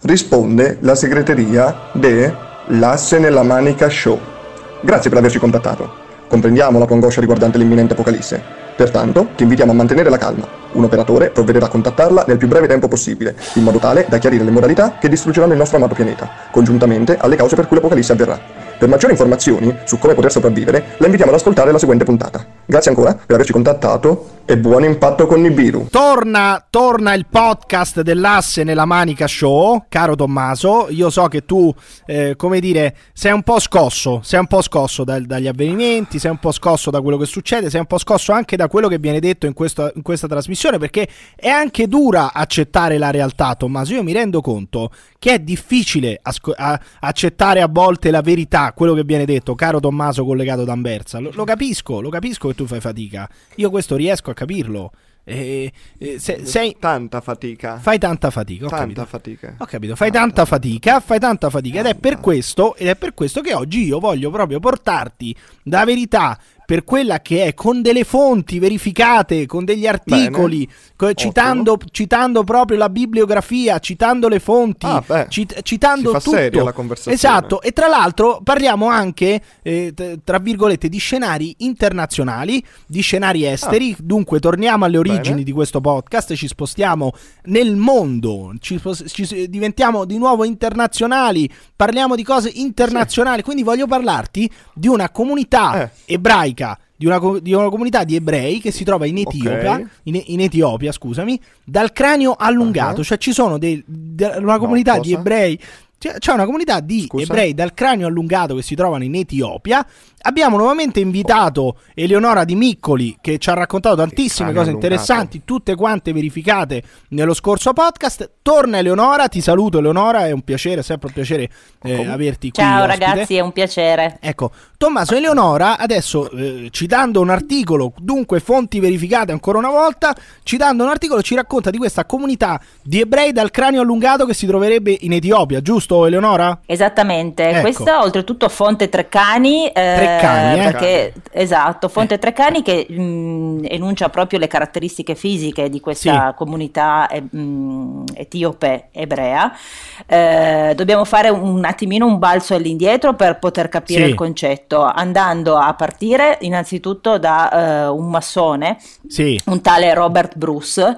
Risponde la segreteria de L'Asse nella Manica Show. Grazie per averci contattato. Comprendiamo la tua angoscia riguardante l'imminente apocalisse. Pertanto, ti invitiamo a mantenere la calma. Un operatore provvederà a contattarla nel più breve tempo possibile, in modo tale da chiarire le modalità che distruggeranno il nostro amato pianeta, congiuntamente alle cause per cui l'apocalisse avverrà. Per maggiori informazioni su come poter sopravvivere, la invitiamo ad ascoltare la seguente puntata. Grazie ancora per averci contattato e buon impatto con Nibiru. Torna il podcast dell'Asse nella Manica Show, caro Tommaso. Io so che tu, sei un po' scosso dagli avvenimenti, sei un po' scosso da quello che succede, sei un po' scosso anche da quello che viene detto in questa trasmissione, perché è anche dura accettare la realtà, Tommaso. Io mi rendo conto che è difficile accettare a volte la verità, quello che viene detto, caro Tommaso collegato da Anversa. Lo capisco che tu fai fatica. Io questo riesco a capirlo. Sei tanta fatica. Fai tanta fatica, ho capito. Fai tanta fatica ed è per questo che oggi io voglio proprio portarti la verità per quella che è, con delle fonti verificate, con degli articoli, citando proprio la bibliografia, citando le fonti, citando tutto. Seria la conversazione. Esatto, e tra l'altro parliamo anche, tra virgolette, di scenari internazionali, di scenari esteri, dunque torniamo alle origini di questo podcast, ci spostiamo nel mondo, diventiamo di nuovo internazionali, parliamo di cose internazionali, quindi voglio parlarti di una comunità ebraica, di una comunità di ebrei che si trova in Etiopia, in Etiopia, scusami, dal cranio allungato, cioè ci sono una comunità di ebrei. C'è una comunità di ebrei dal cranio allungato che si trovano in Etiopia. Abbiamo nuovamente invitato Eleonora Di Miccoli, che ci ha raccontato tantissime cose interessanti, tutte quante verificate nello scorso podcast. Torna Eleonora, ti saluto Eleonora, è un piacere, sempre un piacere averti qui. Ciao ospite. Ragazzi, è un piacere. Ecco, Tommaso, Eleonora adesso citando un articolo, dunque fonti verificate ancora una volta, citando un articolo ci racconta di questa comunità di ebrei dal cranio allungato che si troverebbe in Etiopia, giusto Eleonora? Esattamente, ecco. Questa oltretutto fonte Treccani, perché esatto, fonte Treccani che enuncia proprio le caratteristiche fisiche di questa comunità etiope ebrea. Dobbiamo fare un attimino un balzo all'indietro per poter capire il concetto, andando a partire innanzitutto da un massone, un tale Robert Bruce,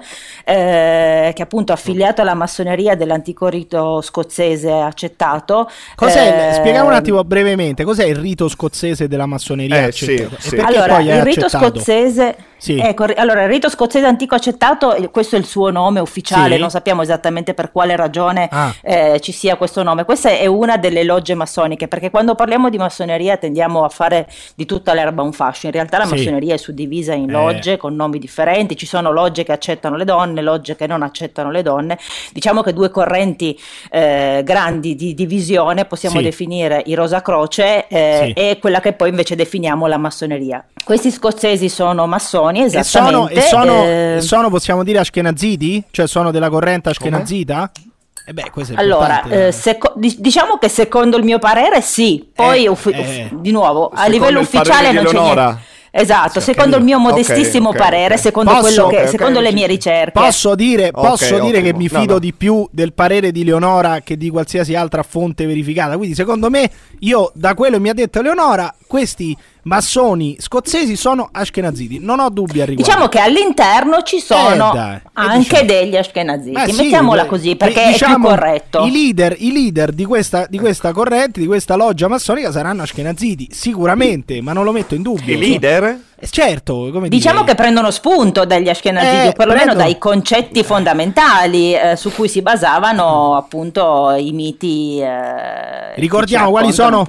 che appunto affiliato alla massoneria dell'antico rito scozzese accettato. Spieghiamo un attimo brevemente cos'è il rito scozzese della massoneria accettato. Allora, il rito scozzese allora il rito scozzese antico accettato, questo è il suo nome ufficiale, non sappiamo esattamente per quale ragione ci sia questo nome. Questa è una delle logge massoniche, perché quando parliamo di massoneria tendiamo a fare di tutta l'erba un fascio. In realtà la massoneria è suddivisa in logge con nomi differenti, ci sono logge che accettano le donne, logge che non accettano le donne. Diciamo che due correnti grandi di divisione possiamo definire i Rosa Croce e quella che poi invece definiamo la massoneria. Questi scozzesi sono massoni, esattamente. E sono possiamo dire ashkenaziti? Cioè sono della corrente ashkenazita? Questo è allora, diciamo che secondo il mio parere sì, poi di nuovo a livello ufficiale non c'è niente. Esatto, secondo il mio modestissimo parere, secondo le mie ricerche. Posso dire che mi fido di più del parere di Leonora che di qualsiasi altra fonte verificata. Quindi secondo me, io da quello che mi ha detto Leonora, questi massoni scozzesi sono ashkenaziti, non ho dubbi al riguardo. Diciamo che all'interno ci sono anche degli ashkenaziti, mettiamola così perché è più corretto. I leader di questa corrente, di questa loggia massonica saranno ashkenaziti, sicuramente, ma non lo metto in dubbio. I leader? Certo, diciamo che prendono spunto dagli ashkenaziti, o perlomeno dai concetti fondamentali su cui si basavano appunto i miti. Ricordiamo quali sono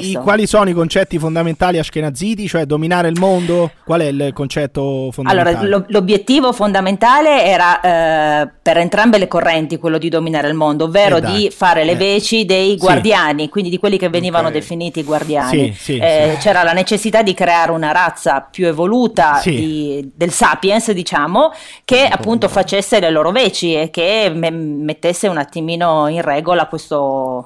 i concetti fondamentali ashkenaziti, cioè dominare il mondo. Qual è il concetto fondamentale? Allora, l'obiettivo fondamentale era per entrambe le correnti quello di dominare il mondo, ovvero di fare le veci dei guardiani, quindi di quelli che venivano definiti guardiani. C'era la necessità di creare una razza più evoluta del sapiens, diciamo, che appunto facesse le loro veci e che mettesse un attimino in regola questo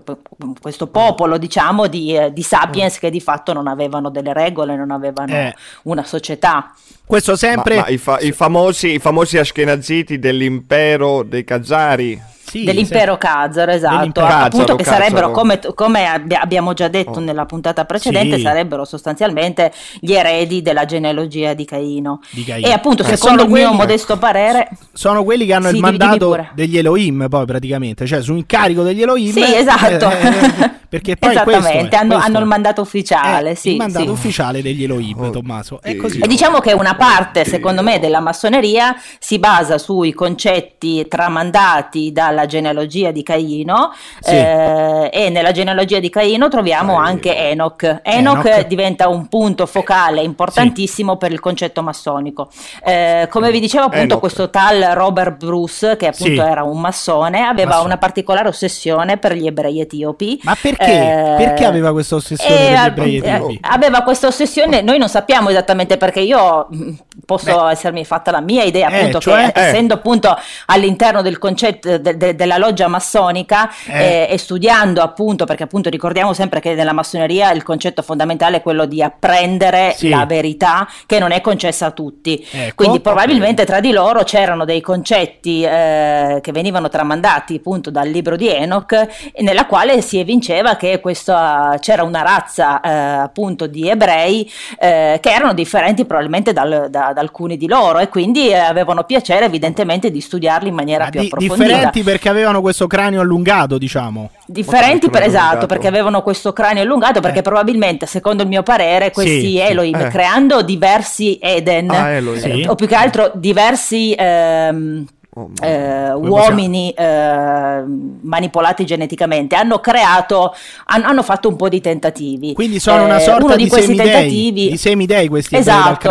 popolo, diciamo, di sapiens che di fatto non avevano delle regole, non avevano una società. Questo sempre ma i famosi ashkenaziti dell'impero dei Khazari. dell'impero Khazar, esatto, appunto, che sarebbero, come abbiamo già detto nella puntata precedente, sarebbero sostanzialmente gli eredi della genealogia di Caino. E appunto, secondo il mio modesto parere, sono quelli che hanno il mandato degli Elohim, poi praticamente, cioè su incarico degli Elohim. Sì, esatto. Perché poi esattamente, hanno il mandato ufficiale. Il mandato ufficiale degli Elohim, Tommaso. È così. E diciamo che una parte, secondo me, della massoneria si basa sui concetti tramandati dalla genealogia di Caino, e nella genealogia di Caino troviamo anche Enoch diventa un punto focale importantissimo per il concetto massonico. Come vi dicevo, appunto, questo tal Robert Bruce, che appunto era un massone, aveva una particolare ossessione per gli ebrei etiopi. Ma perché? Perché aveva questa ossessione per gli ebrei etiopi? Aveva questa ossessione, noi non sappiamo esattamente perché. Io posso essermi fatta la mia idea, appunto, che essendo appunto all'interno del concetto della loggia massonica, e studiando, appunto, perché appunto ricordiamo sempre che nella massoneria il concetto fondamentale è quello di apprendere la verità, che non è concessa a tutti. Quindi probabilmente tra di loro c'erano dei concetti che venivano tramandati appunto dal libro di Enoch, nella quale si evinceva che c'era una razza appunto di ebrei che erano differenti probabilmente da alcuni di loro, e quindi avevano piacere evidentemente di studiarli in maniera più approfondita. Differenti perché avevano questo cranio allungato, diciamo. Differenti perché avevano questo cranio allungato, perché probabilmente, secondo il mio parere, questi Elohim, creando diversi Eden, o più che altro diversi uomini manipolati geneticamente, hanno fatto un po' di tentativi. Quindi sono una sorta di semidei questi. Esatto,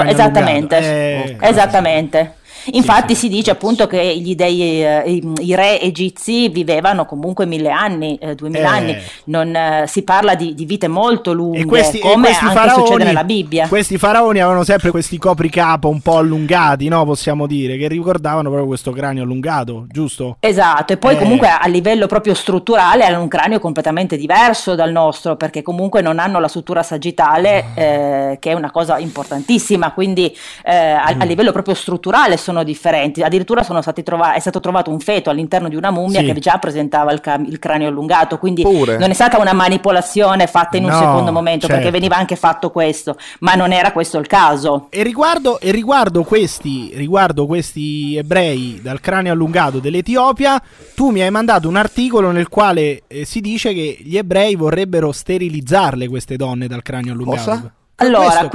esattamente. Infatti si dice appunto che gli dei, i re egizi vivevano comunque 1000 anni, 2000 anni, non si parla di vite molto lunghe, come anche succede nella Bibbia. Questi faraoni avevano sempre questi copricapo un po' allungati, no? Possiamo dire, che ricordavano proprio questo cranio allungato, giusto? Esatto, e poi comunque a livello proprio strutturale hanno un cranio completamente diverso dal nostro, perché comunque non hanno la sutura sagittale, che è una cosa importantissima, quindi a livello proprio strutturale sono differenti. Addirittura è stato trovato un feto all'interno di una mummia che già presentava il cranio allungato, quindi non è stata una manipolazione fatta in un secondo momento, perché veniva anche fatto questo, ma non era questo il caso. E riguardo questi ebrei dal cranio allungato dell'Etiopia, tu mi hai mandato un articolo nel quale si dice che gli ebrei vorrebbero sterilizzarle, queste donne dal cranio allungato. Cosa? Allora,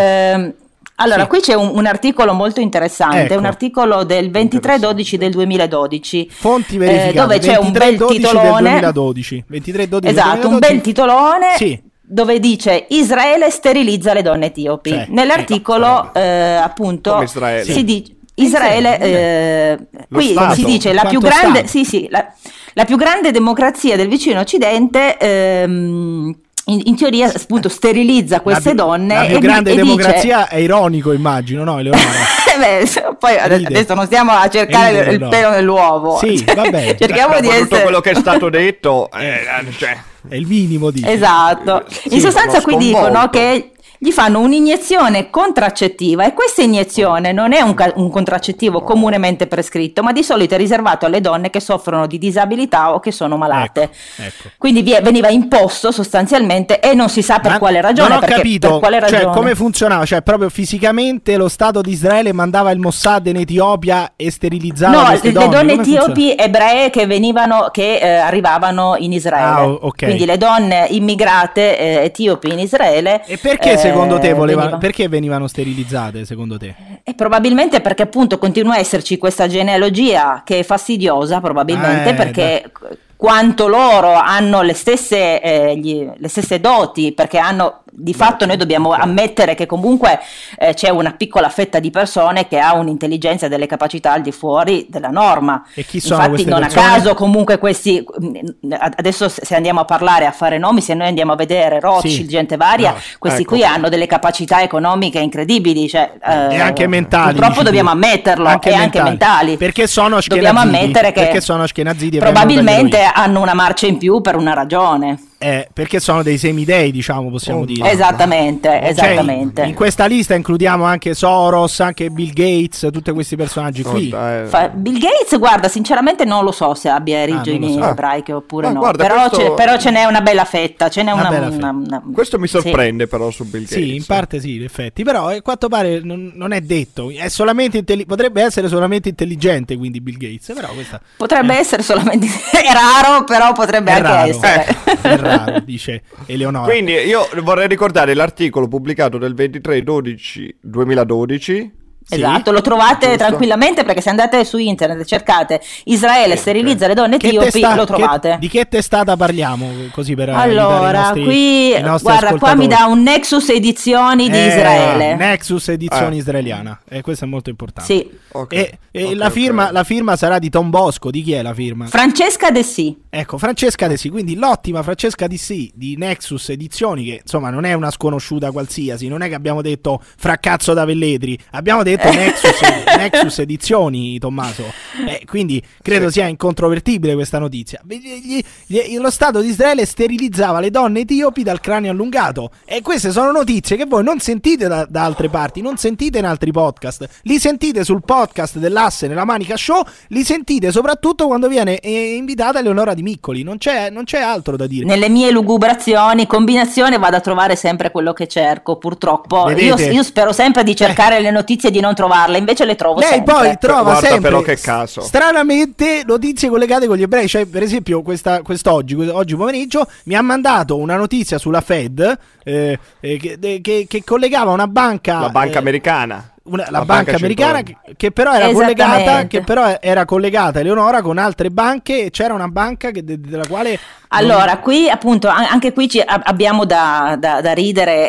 qui c'è un articolo molto interessante, un articolo del 23/12 del 2012. Fonti verificate, dove c'è un bel titolone. 23/12 esatto, un bel titolone. Dove dice Israele sterilizza le donne etiopi. Nell'articolo appunto si dice Israele, qui si dice la più grande, la più grande democrazia del vicino occidente. In teoria appunto sterilizza queste donne. La più grande democrazia è ironico, immagino, no Eleonora? Poi adesso non stiamo a cercare il pelo nell'uovo. Sì, vabbè. Cerchiamo di essere... tutto quello che è stato detto è il minimo di... Esatto. In sostanza qui dicono che gli fanno un'iniezione contraccettiva, e questa iniezione non è un contraccettivo comunemente prescritto, ma di solito è riservato alle donne che soffrono di disabilità o che sono malate. Ecco. Quindi veniva imposto sostanzialmente, e non si sa per quale ragione. Non ho capito, per quale ragione. Cioè, come funzionava? Cioè, proprio fisicamente lo Stato di Israele mandava il Mossad in Etiopia e sterilizzava queste donne? No, le donne etiopi ebree che arrivavano in Israele. Quindi le donne immigrate etiopi in Israele. E perché secondo te perché venivano sterilizzate, secondo te? E probabilmente perché appunto continua a esserci questa genealogia che è fastidiosa, probabilmente perché quanto loro hanno le stesse doti, perché hanno di fatto, noi dobbiamo ammettere che comunque c'è una piccola fetta di persone che ha un'intelligenza e delle capacità al di fuori della norma. E chi sono Infatti non persone? A caso comunque questi, adesso se andiamo a parlare, a fare nomi, se noi andiamo a vedere Rothschild, gente varia, questi qui hanno delle capacità economiche incredibili, cioè, e anche mentali. Purtroppo dobbiamo ammetterlo, anche mentali. Perché sono dobbiamo ammettere che sono ashkenazidi, probabilmente hanno una marcia in più per una ragione. Perché sono dei semidei, diciamo, possiamo dire. Esattamente. In questa lista includiamo anche Soros, anche Bill Gates, tutti questi personaggi qui. Bill Gates, guarda, sinceramente non lo so se abbia origini ebraiche oppure no. Guarda, però ce n'è una bella fetta. Questo mi sorprende però su Bill Gates. Sì, in parte sì, in effetti. Però a quanto pare non è detto. È solamente potrebbe essere solamente intelligente, quindi Bill Gates. Però questa potrebbe essere solamente... è raro, però potrebbe anche essere. È raro, dice Eleonora. Quindi io vorrei ricordare l'articolo pubblicato del 23/12/2012. Esatto, lo trovate tranquillamente, perché se andate su internet e cercate Israele sterilizza le donne etiopi, lo trovate. Di che testata parliamo? Così per allora, i guarda, qua mi dà un Nexus Edizioni di Israele. Nexus Edizioni israeliana. Questo è molto importante. Sì. La firma sarà di Tom Bosco. Di chi è la firma? Francesca De Sì. Ecco, Francesca De Sì, quindi l'ottima Francesca De Sì di Nexus Edizioni, che insomma non è una sconosciuta qualsiasi, non è che abbiamo detto Fraccazzo da Velletri, abbiamo detto Nexus Edizioni, Tommaso. Quindi credo sia incontrovertibile questa notizia. Lo Stato di Israele sterilizzava le donne etiopi dal cranio allungato, e queste sono notizie che voi non sentite da altre parti, non sentite in altri podcast, li sentite sul podcast dell'Asse nella Manica Show, li sentite soprattutto quando viene invitata Eleonora Di Miccoli. Non c'è altro da dire. Nelle mie lugubrazioni, combinazione, vado a trovare sempre quello che cerco, purtroppo. Io spero sempre di cercare le notizie e di non trovarle, invece le trovo sempre. Lei poi trova sempre, però che caso, stranamente, notizie collegate con gli ebrei. Cioè, per esempio, oggi pomeriggio mi ha mandato una notizia sulla Fed che collegava una banca, la banca americana. La banca americana che però era collegata Eleonora con altre banche, e c'era una banca della quale allora qui appunto anche qui abbiamo da ridere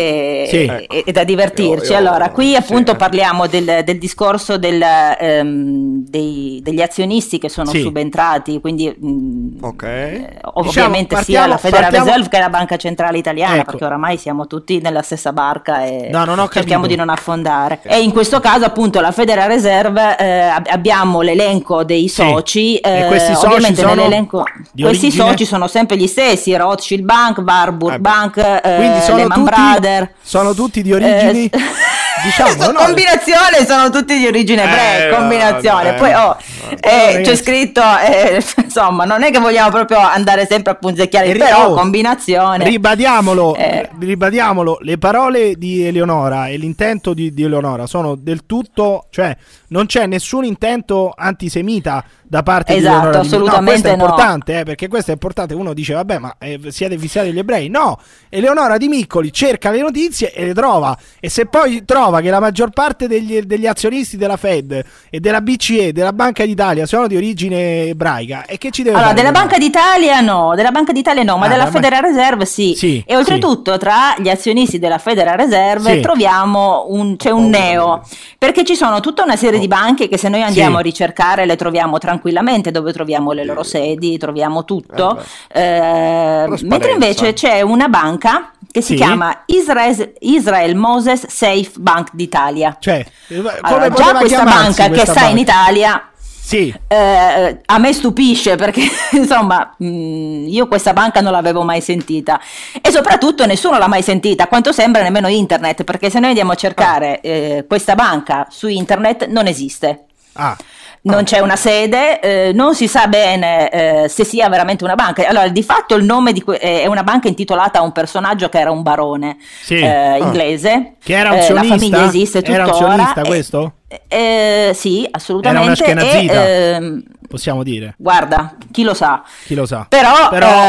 e da divertirci. Allora qui appunto parliamo del discorso degli azionisti che sono subentrati, quindi ovviamente sia la Federal Reserve che la Banca Centrale Italiana, perché oramai siamo tutti nella stessa barca e cerchiamo di non affondare. E in questo caso appunto la Federal Reserve abbiamo l'elenco dei soci, e questi soci ovviamente nell'elenco questi soci sono sempre gli stessi: Rothschild Bank, Warburg Bank, Lehman Brothers, sono tutti di origini diciamo, combinazione, sono tutti di origine ebrea, combinazione. Poi c'è scritto insomma, non è che vogliamo proprio andare sempre a punzecchiare, però combinazione. Ribadiamolo, le parole di Eleonora e l'intento di Eleonora sono del tutto, cioè non c'è nessun intento antisemita da parte di Eleonora. Assolutamente questo è importante, perché questo è importante. Uno dice vabbè, ma siete fissati agli ebrei? No, Eleonora Di Miccoli cerca le notizie e le trova, e se poi trova che la maggior parte degli azionisti della Fed e della BCE, della Banca d'Italia, sono di origine ebraica, e che ci deve fare? Della Banca d'Italia no, ma della Federal Reserve sì. E oltretutto tra gli azionisti della Federal Reserve troviamo un neo, perché ci sono tutta una serie di banche che se noi andiamo a ricercare le troviamo tranquillamente, dove troviamo le loro sedi, troviamo tutto, mentre invece c'è una banca che si chiama Israel Moses Safe Bank d'Italia. Cioè, allora, già questa banca che sta in Italia a me stupisce, perché insomma io questa banca non l'avevo mai sentita, e soprattutto nessuno l'ha mai sentita, a quanto sembra nemmeno internet, perché se noi andiamo a cercare questa banca su internet non esiste. Non c'è una sede, non si sa bene se sia veramente una banca. Allora, di fatto il nome è una banca intitolata a un personaggio che era un barone inglese, che era un sionista. La famiglia esiste tuttora. Era un sionista questo? Sì, assolutamente. Era una ashkenazita, possiamo dire. Guarda, chi lo sa. Però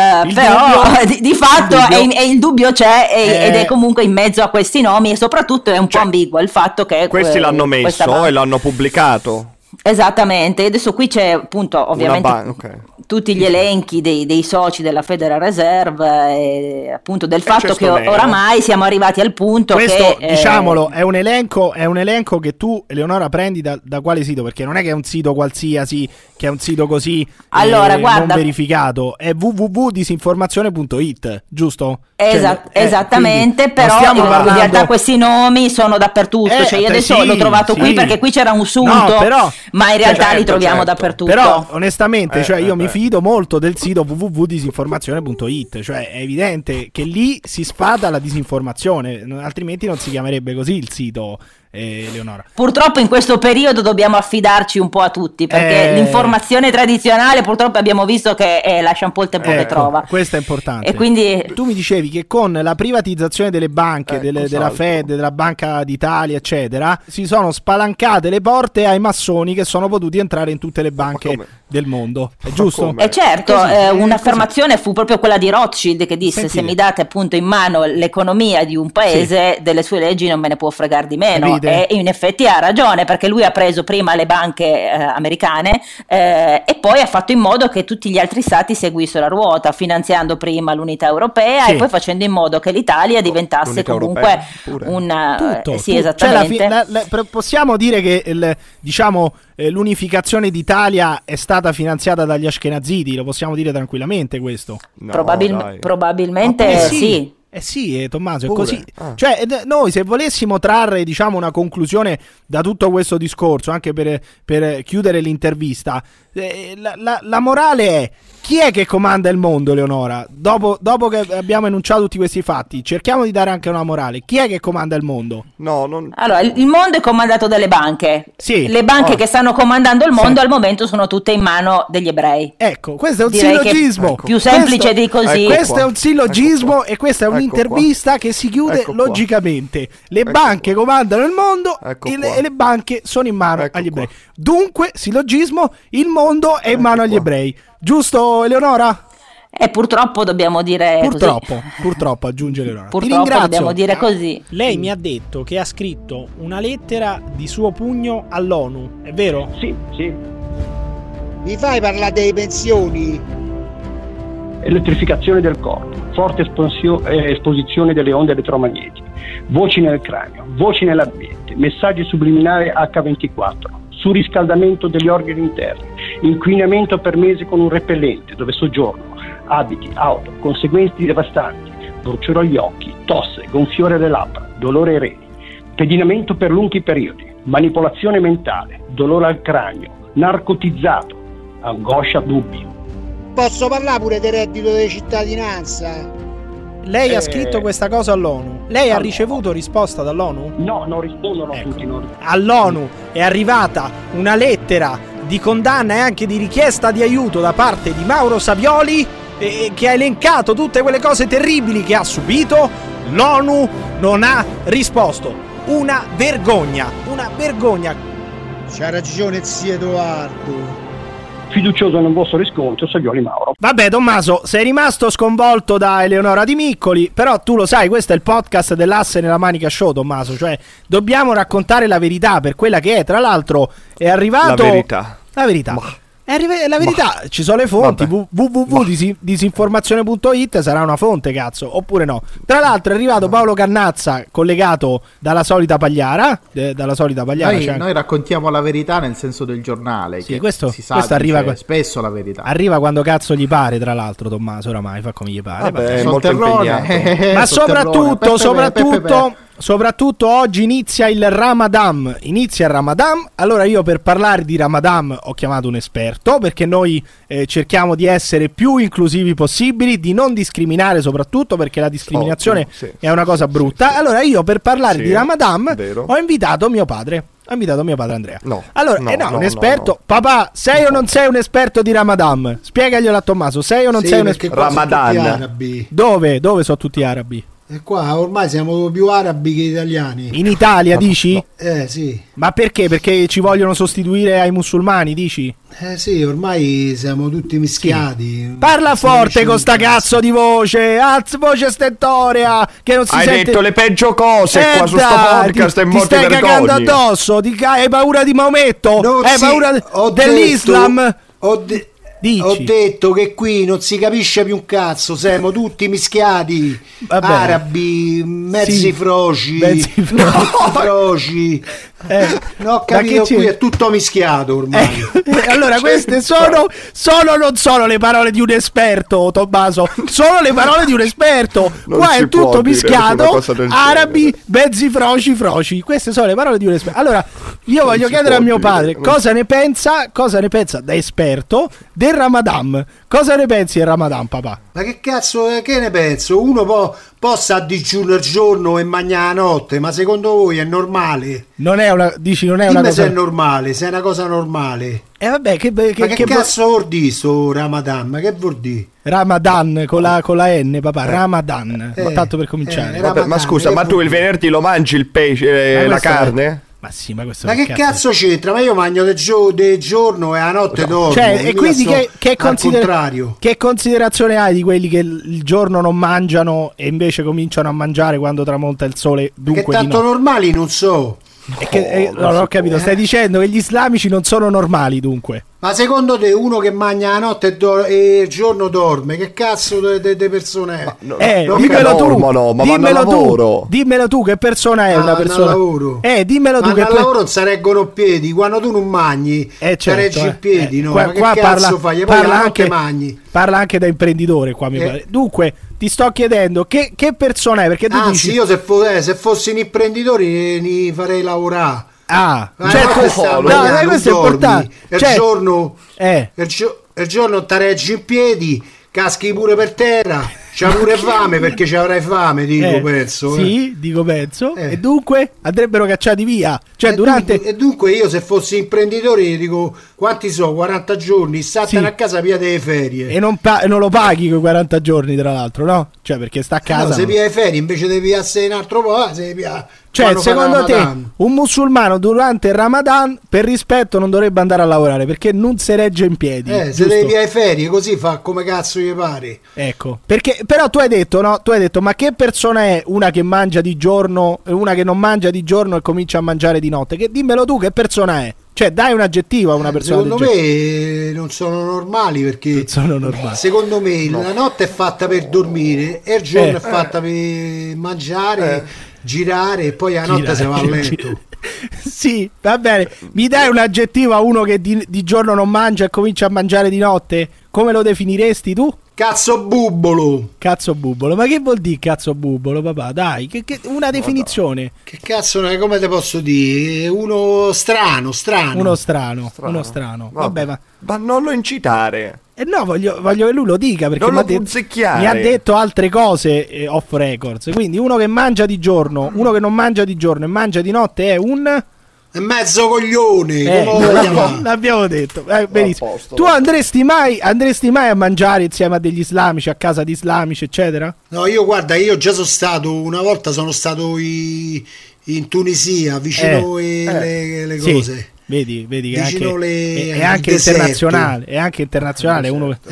di fatto il dubbio c'è, ed è comunque in mezzo a questi nomi, e soprattutto è un po' ambiguo il fatto che questi l'hanno messo e l'hanno pubblicato. Esattamente, adesso qui c'è appunto ovviamente tutti gli elenchi dei soci della Federal Reserve, e appunto del fatto che oramai siamo arrivati al punto questo, che diciamolo, è un elenco che tu, Eleonora, prendi da quale sito? Perché non è che è un sito qualsiasi, che è un sito così guarda, non verificato, è www.disinformazione.it, giusto? Esattamente, però in realtà questi nomi sono dappertutto, cioè io adesso l'ho trovato qui perché qui c'era un sunto, ma in realtà li troviamo dappertutto. Però onestamente, cioè io mi fido molto del sito www.disinformazione.it, cioè è evidente che lì si sfada la disinformazione, altrimenti non si chiamerebbe così il sito. Leonora, purtroppo in questo periodo dobbiamo affidarci un po' a tutti, perché l'informazione tradizionale purtroppo abbiamo visto che lascia un po' il tempo che trova. Questo è importante. E quindi tu mi dicevi che con la privatizzazione delle banche, della Fed, della Banca d'Italia eccetera, si sono spalancate le porte ai massoni che sono potuti entrare in tutte le banche del mondo, è giusto? E certo, un'affermazione fu proprio quella di Rothschild che disse: se mi date appunto in mano l'economia di un paese, delle sue leggi non me ne può fregare di meno. E in effetti ha ragione, perché lui ha preso prima le banche americane e poi ha fatto in modo che tutti gli altri stati seguissero la ruota, finanziando prima l'unità europea e poi facendo in modo che l'Italia diventasse comunque sì, esattamente. Cioè possiamo dire che l'unificazione d'Italia è stata finanziata dagli ashkenaziti, lo possiamo dire tranquillamente questo? Probabilmente sì. Sì, Tommaso, è così. Cioè, noi se volessimo trarre, una conclusione da tutto questo discorso, anche per chiudere l'intervista, la morale è: chi è che comanda il mondo, Leonora? Dopo che abbiamo enunciato tutti questi fatti, cerchiamo di dare anche una morale. Chi è che comanda il mondo? Allora, il mondo è comandato dalle banche. Sì. Le banche che stanno comandando il mondo al momento sono tutte in mano degli ebrei. Ecco, questo è un sillogismo. Più semplice di così. Questo è un sillogismo e questa è un'intervista che si chiude logicamente. Le banche comandano il mondo e le banche sono in mano agli ebrei. Dunque, sillogismo, il mondo è in mano agli ebrei. Giusto, Eleonora? Purtroppo dobbiamo dire purtroppo aggiunge Leonora. Purtroppo dobbiamo dire così. Lei mi ha detto che ha scritto una lettera di suo pugno all'ONU, è vero? Sì. Mi fai parlare delle pensioni? Elettrificazione del corpo, forte esposizione delle onde elettromagnetiche, voci nel cranio, voci nell'ambiente, messaggi subliminali H24, surriscaldamento degli organi interni, inquinamento per mesi con un repellente dove soggiorno, abiti, auto, conseguenze devastanti, bruciore agli occhi, tosse, gonfiore alle labbra, dolore ai reni, pedinamento per lunghi periodi, manipolazione mentale, dolore al cranio, narcotizzato, angoscia, dubbi. Posso parlare pure del reddito di cittadinanza? Lei ha scritto questa cosa all'ONU. Lei ha ricevuto risposta dall'ONU? No, non rispondono tutti. All'ONU è arrivata una lettera di condanna e anche di richiesta di aiuto da parte di Mauro Savioli, che ha elencato tutte quelle cose terribili che ha subito. L'ONU non ha risposto. Una vergogna. C'ha ragione zio Edoardo. Fiducioso nel vostro riscontro, Savioli Mauro. Vabbè, Tommaso, sei rimasto sconvolto da Eleonora Di Miccoli, però tu lo sai, questo è il podcast dell'Asse nella Manica Show, Tommaso, cioè dobbiamo raccontare la verità per quella che è. Tra l'altro è arrivato la verità. La verità, ci sono le fonti, www.disinformazione.it sarà una fonte, cazzo, oppure no. Tra l'altro è arrivato Paolo Cannazza, collegato dalla solita pagliara. Noi raccontiamo la verità nel senso del giornale. Sì, che questo arriva spesso la verità. Arriva quando cazzo gli pare, tra l'altro, Tommaso, oramai fa come gli pare. Vabbè, molto impegnato. Ma soprattutto oggi inizia il Ramadan. Allora io, per parlare di Ramadan, ho chiamato un esperto, perché noi cerchiamo di essere più inclusivi possibili, di non discriminare, soprattutto perché la discriminazione è una cosa brutta. Allora io, per parlare di Ramadan, ho invitato mio padre. Andrea. Un esperto. No. Papà, sei o non sei un esperto di Ramadan? Spiegaglielo a Tommaso. Sei o non sei un esperto? Ramadan. Dove sono tutti arabi? E qua ormai siamo più arabi che italiani. In Italia, dici? Sì. Ma perché? Perché ci vogliono sostituire ai musulmani, dici? Sì, ormai siamo tutti mischiati. Sì. Parla forte con sta cazzo di voce, voce stentorea, che non si sente. Hai detto le peggio cose qua su sto podcast e ti stai cagando addosso, hai paura di Maometto? Hai paura dell'Islam? Ho detto che qui non si capisce più un cazzo, siamo tutti mischiati. Vabbè. Arabi, mezzi froci. No, ho capito, qui è tutto mischiato ormai. Allora, queste non sono le parole di un esperto, Tommaso, sono le parole di un esperto. Qua è tutto mischiato, arabi, mezzi froci. Queste sono le parole di un esperto. Allora, io voglio chiedere a mio padre cosa ne pensa da esperto del Ramadan. Cosa ne pensi del Ramadan, papà? Ma che cazzo, che ne penso? Uno possa digiunare il giorno e mangiare la notte, ma secondo voi è normale? Non è una cosa... se è normale, se è una cosa normale. Vabbè, che cazzo vuol dire sto Ramadan? Ma che vuol dire? Ramadan con la N, papà, Ramadan, tanto per cominciare. Vabbè, ma scusa, ma tu il venerdì lo mangi il pesce, la carne? Ma sì, ma che cazzo c'entra? Ma io mangio del giorno e a notte dormo. Cioè, e quindi che considerazione hai di quelli che il giorno non mangiano e invece cominciano a mangiare quando tramonta il sole? Dunque, che tanto normali non so. Non ho capito, stai dicendo che gli islamici non sono normali, dunque? Ma secondo te uno che mangia la notte e il giorno dorme, che cazzo di persona è? Dimmelo tu che persona è una persona. Lavoro. Dimmelo tu che al lavoro non si reggono piedi, quando tu non mangi reggi in piedi, no? Qua, ma che cazzo fai? Poi la notte mangi. Parla anche da imprenditore qua, mi pare. Dunque, ti sto chiedendo che persona è, perché tu dici... io se fossi un imprenditore ne farei lavorare. Questo è importante. Il giorno ti reggi in piedi, caschi pure per terra, c'ha pure fame perché ci avrai fame, penso. Sì, penso. E dunque andrebbero cacciati via. E dunque io se fossi imprenditore dico, quanti so? 40 giorni, statene a casa via delle ferie. E non lo paghi quei 40 giorni, tra l'altro, no? Cioè, perché sta a casa. No, se via le ferie invece devi essere un altro po', se via... Cioè, secondo te un musulmano durante il Ramadan per rispetto non dovrebbe andare a lavorare perché non si regge in piedi? Se devi via le ferie così fa come cazzo gli pare. Ecco, perché però tu hai detto, ma che persona è una che mangia di giorno e una che non mangia di giorno e comincia a mangiare di notte? Dimmelo tu, che persona è? Cioè, dai un aggettivo a una persona. Secondo me non sono normali, perché non sono normali. Secondo me la notte è fatta per dormire e il giorno è fatta per mangiare, girare e poi la notte si va a letto. Sì, va bene. Mi dai un aggettivo a uno che di giorno non mangia e comincia a mangiare di notte? Come lo definiresti tu? Cazzo bubbolo, ma che vuol dire cazzo bubbolo, papà? Dai, una definizione. Che cazzo, come te posso dire? Uno strano. Uno strano. Vabbè, ma non lo incitare. No, voglio che lui lo dica, perché mi ha detto altre cose off records. Quindi uno che mangia di giorno, uno che non mangia di giorno e mangia di notte è un... mezzo coglione, l'abbiamo detto. Benissimo. Tu andresti mai a mangiare insieme a degli islamici, a casa di islamici, eccetera? No, io già una volta sono stato in Tunisia, vicino le cose. Sì. Vedi che è anche internazionale. È anche internazionale.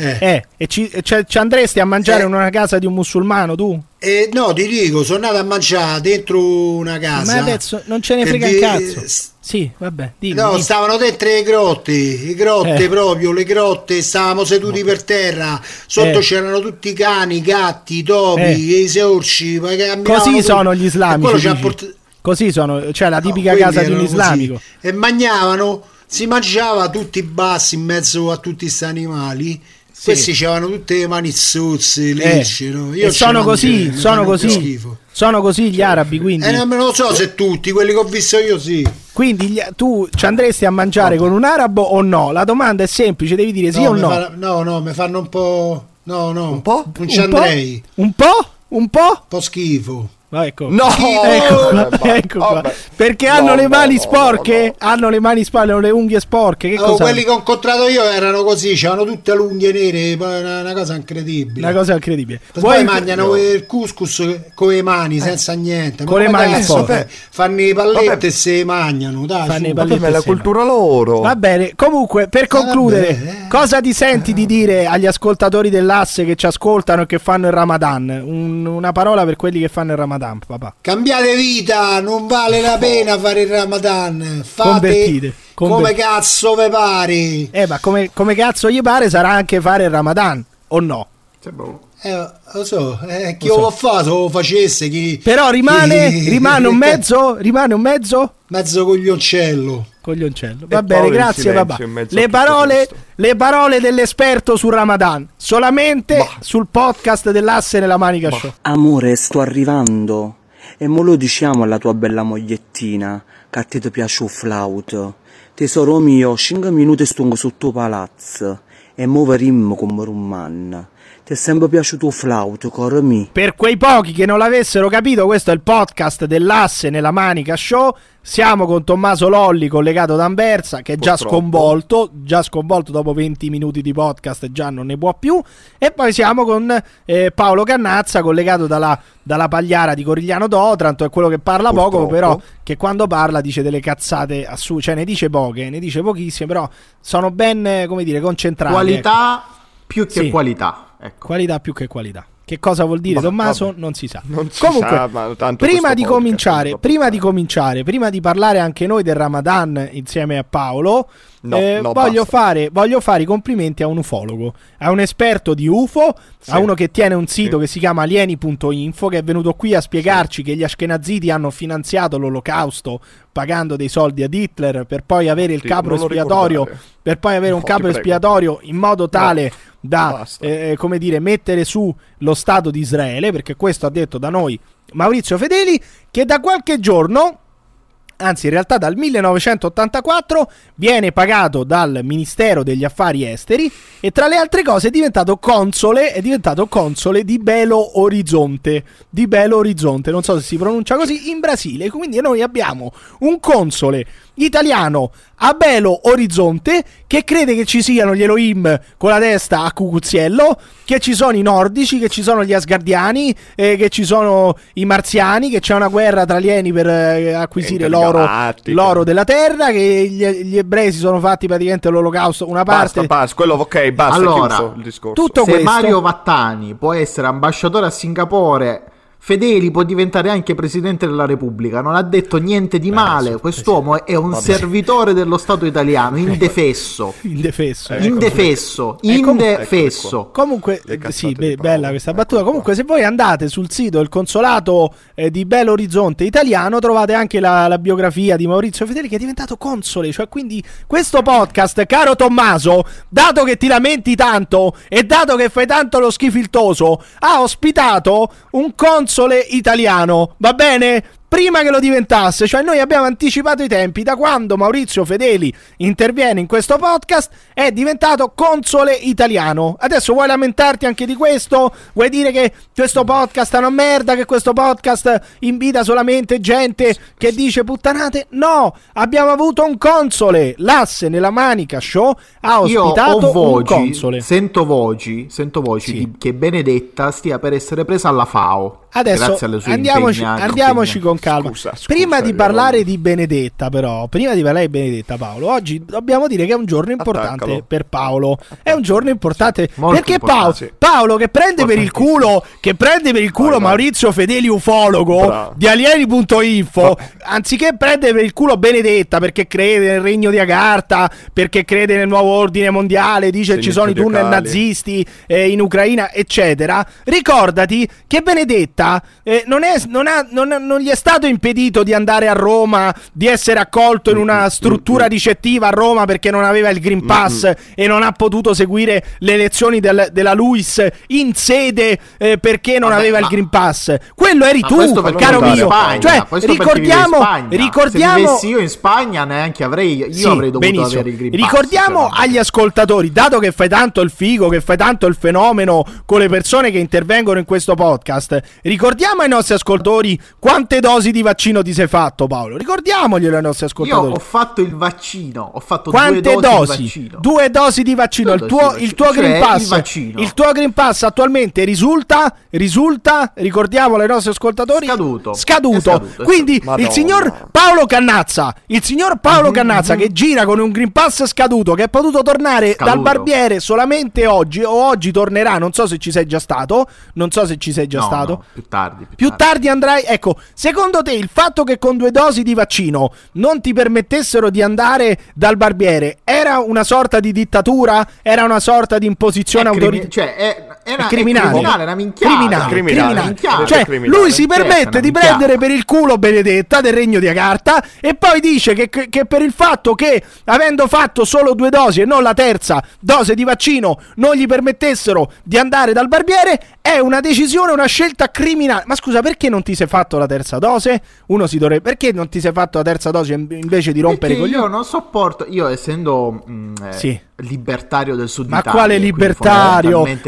E ci andresti a mangiare in una casa di un musulmano, tu? No, ti dico, sono andato a mangiare dentro una casa. Ma adesso non ce ne frega un cazzo. Sì, vabbè. Dimmi. Stavano dentro le grotte proprio, le grotte. Stavamo seduti per terra. Sotto c'erano tutti i cani, i gatti, i topi, i orsi. Così sono gli islamici. Così sono, cioè la tipica casa di un islamico. Così. E si mangiava tutti bassi in mezzo a tutti questi animali. Sì. Questi c'avevano tutte le mani zozze, lisce, no? Io sono così gli arabi, quindi. Non lo so se tutti, quelli che ho visto io sì. Quindi tu ci andresti a mangiare con un arabo o no? La domanda è semplice, devi dire sì o no. No, mi fanno un po'... No. Un po'? Non ci andrei. Un po'? Un po' schifo. Ecco qua. Perché hanno le mani sporche? Hanno le mani sporche, hanno le unghie sporche. Quelli che ho incontrato io erano così, c'erano tutte le unghie nere, una cosa incredibile. Poi mangiano il couscous con le mani, senza niente. Con le mani sporche. Fanno i palletti e se mangiano. Dai, è la cultura loro. Va bene, comunque, per concludere, cosa ti senti di dire agli ascoltatori dell'Asse che ci ascoltano e che fanno il Ramadan? Una parola per quelli che fanno il Ramadan. Papà. Cambiate vita, non vale la pena fare il Ramadan. Fate come cazzo vi pare. Ma come cazzo gli pare sarà anche fare il Ramadan, o no? Lo so, chi lo fa, se lo facesse chi... Però rimane un mezzo coglioncello. Va bene, grazie papà. Le parole dell'esperto sul Ramadan solamente sul podcast dell'Asse nella Manica Show. Amore, sto arrivando e mo lo diciamo alla tua bella mogliettina che a te ti piace un flauto. Tesoro mio, 5 minuti stungo sotto palazzo e mo verimmo come un man. Ti è sempre piaciuto il flauto, caro mio? Per quei pochi che non l'avessero capito, questo è il podcast dell'Asse nella Manica Show. Siamo con Tommaso Lolli collegato da Anversa, che è già sconvolto dopo 20 minuti di podcast, già non ne può più. E poi siamo con Paolo Cannazza collegato dalla Pagliara di Corigliano d'Otranto, è quello che parla poco, però che quando parla dice delle cazzate assurde, cioè ne dice poche, ne dice pochissime, però sono ben, come dire, concentrate. Qualità più che qualità. Ecco. Qualità più che qualità. Che cosa vuol dire, Tommaso? Vabbè. Non si sa. Comunque, prima di cominciare, prima di parlare anche noi del Ramadan insieme a Paolo, voglio fare i complimenti a un ufologo, a un esperto di UFO, a uno che tiene un sito che si chiama alieni.info, che è venuto qui a spiegarci che gli ashkenaziti hanno finanziato l'olocausto pagando dei soldi ad Hitler per poi avere il capro espiatorio, in modo tale da come dire, mettere su lo Stato di Israele, perché questo ha detto da noi Maurizio Fedeli, che da qualche giorno, anzi in realtà dal 1984, viene pagato dal Ministero degli Affari Esteri e tra le altre cose è diventato console di Belo Horizonte, non so se si pronuncia così, in Brasile. Quindi noi abbiamo un console italiano a Belo Horizonte che crede che ci siano gli Elohim con la testa a cucuzziello, che ci sono i nordici, che ci sono gli asgardiani, che ci sono i marziani, che c'è una guerra tra alieni per acquisire l'oro della terra, che gli ebrei si sono fatti praticamente l'olocausto una parte. Basta, allora, il discorso. Tutto se questo... Mario Vattani può essere ambasciatore a Singapore, Fedeli può diventare anche presidente della Repubblica. Non ha detto niente di male. Quest'uomo è un servitore dello Stato italiano, indefesso. Comunque, sì, bella questa battuta. Comunque, se voi andate sul sito del consolato di Belo Horizonte italiano, trovate anche la biografia di Maurizio Fedeli, che è diventato console. Cioè, quindi, questo podcast, caro Tommaso, dato che ti lamenti tanto e dato che fai tanto lo schifiltoso, ha ospitato un console italiano, va bene? Prima che lo diventasse, cioè noi abbiamo anticipato i tempi. Da quando Maurizio Fedeli interviene in questo podcast è diventato console italiano. Adesso vuoi lamentarti anche di questo? Vuoi dire che questo podcast è una merda, che questo podcast invita solamente gente che dice puttanate? No, abbiamo avuto un console. L'Asse nella Manica Show ha ospitato un console. Sento voci sì, che Benedetta stia per essere presa alla FAO. Adesso andiamoci con calma. Prima di parlare di Benedetta, Paolo, oggi dobbiamo dire che è un giorno importante per Paolo. È un giorno importante perché Paolo che prende per il culo Maurizio Fedeli ufologo di alieni.info, anziché prendere per il culo Benedetta perché crede nel regno di Agartha, perché crede nel nuovo ordine mondiale, dice che ci sono i tunnel nazisti in Ucraina, eccetera. Ricordati che Benedetta non gli è stato impedito di andare a Roma, di essere accolto in una struttura ricettiva a Roma perché non aveva il Green Pass e non ha potuto seguire le elezioni della LUIS in sede perché non aveva il Green Pass. Quello eri tu, caro mio. Cioè, ricordiamo se vivessi io in Spagna neanche avrei dovuto avere il Green Pass. Ricordiamo agli ascoltatori, dato che fai tanto il figo, che fai tanto il fenomeno con le persone che intervengono in questo podcast, ricordiamo ai nostri ascoltatori quante dosi di vaccino ti sei fatto, Paolo. Ricordiamoglielo ai nostri ascoltatori. Io ho fatto il vaccino, ho fatto quante dosi? 2 dosi di vaccino. Il tuo Green Pass, il tuo Green Pass attualmente risulta, ricordiamolo ai nostri ascoltatori, scaduto. Quindi il signor Paolo Cannazza, che gira con un Green Pass scaduto, che è potuto tornare dal barbiere solamente oggi, o oggi tornerà, non so se ci sei già stato. No, più tardi andrai. Ecco, secondo secondo te il fatto che con 2 dosi di vaccino non ti permettessero di andare dal barbiere era una sorta di dittatura? Era una sorta di imposizione autoritaria? Cioè è criminale, una minchiata. Criminale. Cioè lui si permette di prendere per il culo Benedetta del Regno di Carta e poi dice che per il fatto che avendo fatto solo 2 dosi e non la terza dose di vaccino non gli permettessero di andare dal barbiere è una decisione, una scelta criminale. Ma scusa, perché non ti sei fatto la terza dose? Perché non ti sei fatto la terza dose invece di rompere i coglioni? Io non sopporto, io essendo libertario del Sud Italia. Ma quale libertario? Il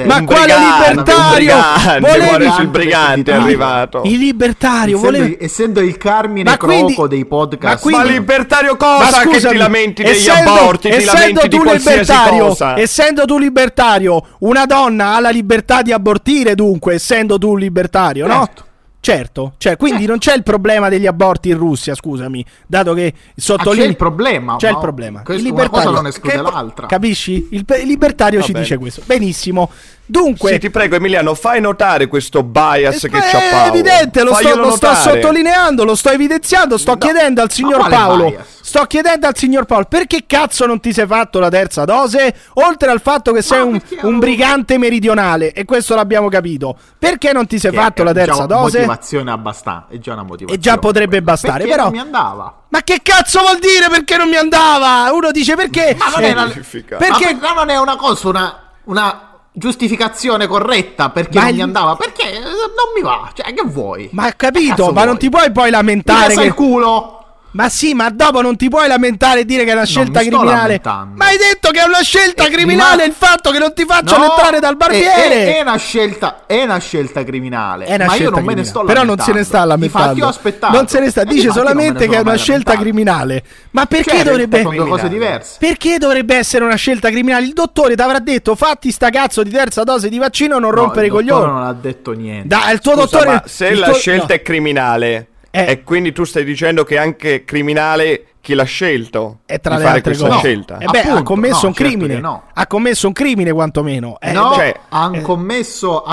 brigante è arrivato. Il libertario essendo il Carmine Croco dei podcast. Ma libertario cosa? Che ti lamenti degli aborti, ti lamenti di qualsiasi cosa. Essendo tu libertario, una donna ha la libertà di abortire, dunque, essendo tu libertario, no? Certo, cioè, quindi non c'è il problema degli aborti in Russia, scusami, dato che sottolineo... c'è il problema. C'è il problema. Il libertario, una cosa non esclude l'altra. Capisci? Il libertario ci dice questo. Benissimo. Dunque... Sì, ti prego Emiliano, fai notare questo bias che c'ha Paolo. È evidente, lo sto sottolineando, lo sto evidenziando, sto chiedendo al signor Paolo... Bias? Sto chiedendo al signor Paolo, perché cazzo non ti sei fatto la terza dose? Oltre al fatto che sei un brigante meridionale, e questo l'abbiamo capito. Perché non ti sei fatto la terza dose? Motivazione abbastanza, è già una motivazione. E già potrebbe bastare, perché però non mi andava. Ma che cazzo vuol dire perché non mi andava? Uno dice perché? Ma non è una cosa, una giustificazione corretta perché non mi andava, perché non mi va, cioè che vuoi? Ma capito, ma non ti puoi poi lamentare che il culo. Ma sì, ma dopo non ti puoi lamentare e dire che è una scelta criminale. Ma hai detto che è una scelta criminale il fatto che non ti facciano entrare dal barbiere. È una scelta criminale. Ma io non me ne sto lamentando. Però non se ne sta lamentando. Infatti ho aspettato. Non se ne sta, dice solamente che è una scelta criminale. Ma perché dovrebbe sono due cose diverse. Perché dovrebbe essere una scelta criminale? Il dottore ti avrà detto fatti sta cazzo di terza dose di vaccino, non rompere i coglioni. Il dottore non ha detto niente. Il tuo dottore, ma se la scelta è criminale e quindi tu stai dicendo che è anche criminale chi l'ha scelto di fare altre questa scelta? Ha commesso un crimine. Ha commesso un crimine quantomeno. Han commesso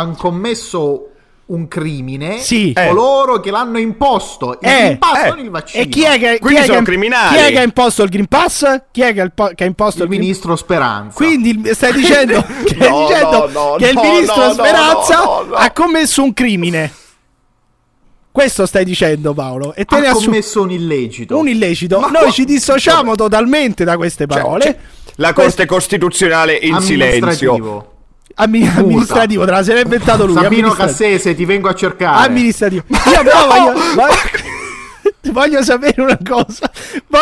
un crimine coloro che l'hanno imposto. Il Green Pass, non il vaccino. E chi è che sono criminali? Chi è che ha imposto il Green Pass? Chi è che ha imposto il ministro Speranza? Quindi stai dicendo che il ministro Speranza ha commesso un crimine. Questo stai dicendo, Paolo? E ha commesso un illecito. Noi ci dissociamo totalmente da queste parole. La Corte Costituzionale in silenzio. Amministrativo, te la sei inventato lui. Sabino Cassese, ti vengo a cercare. Amministrativo. Io però voglio sapere una cosa.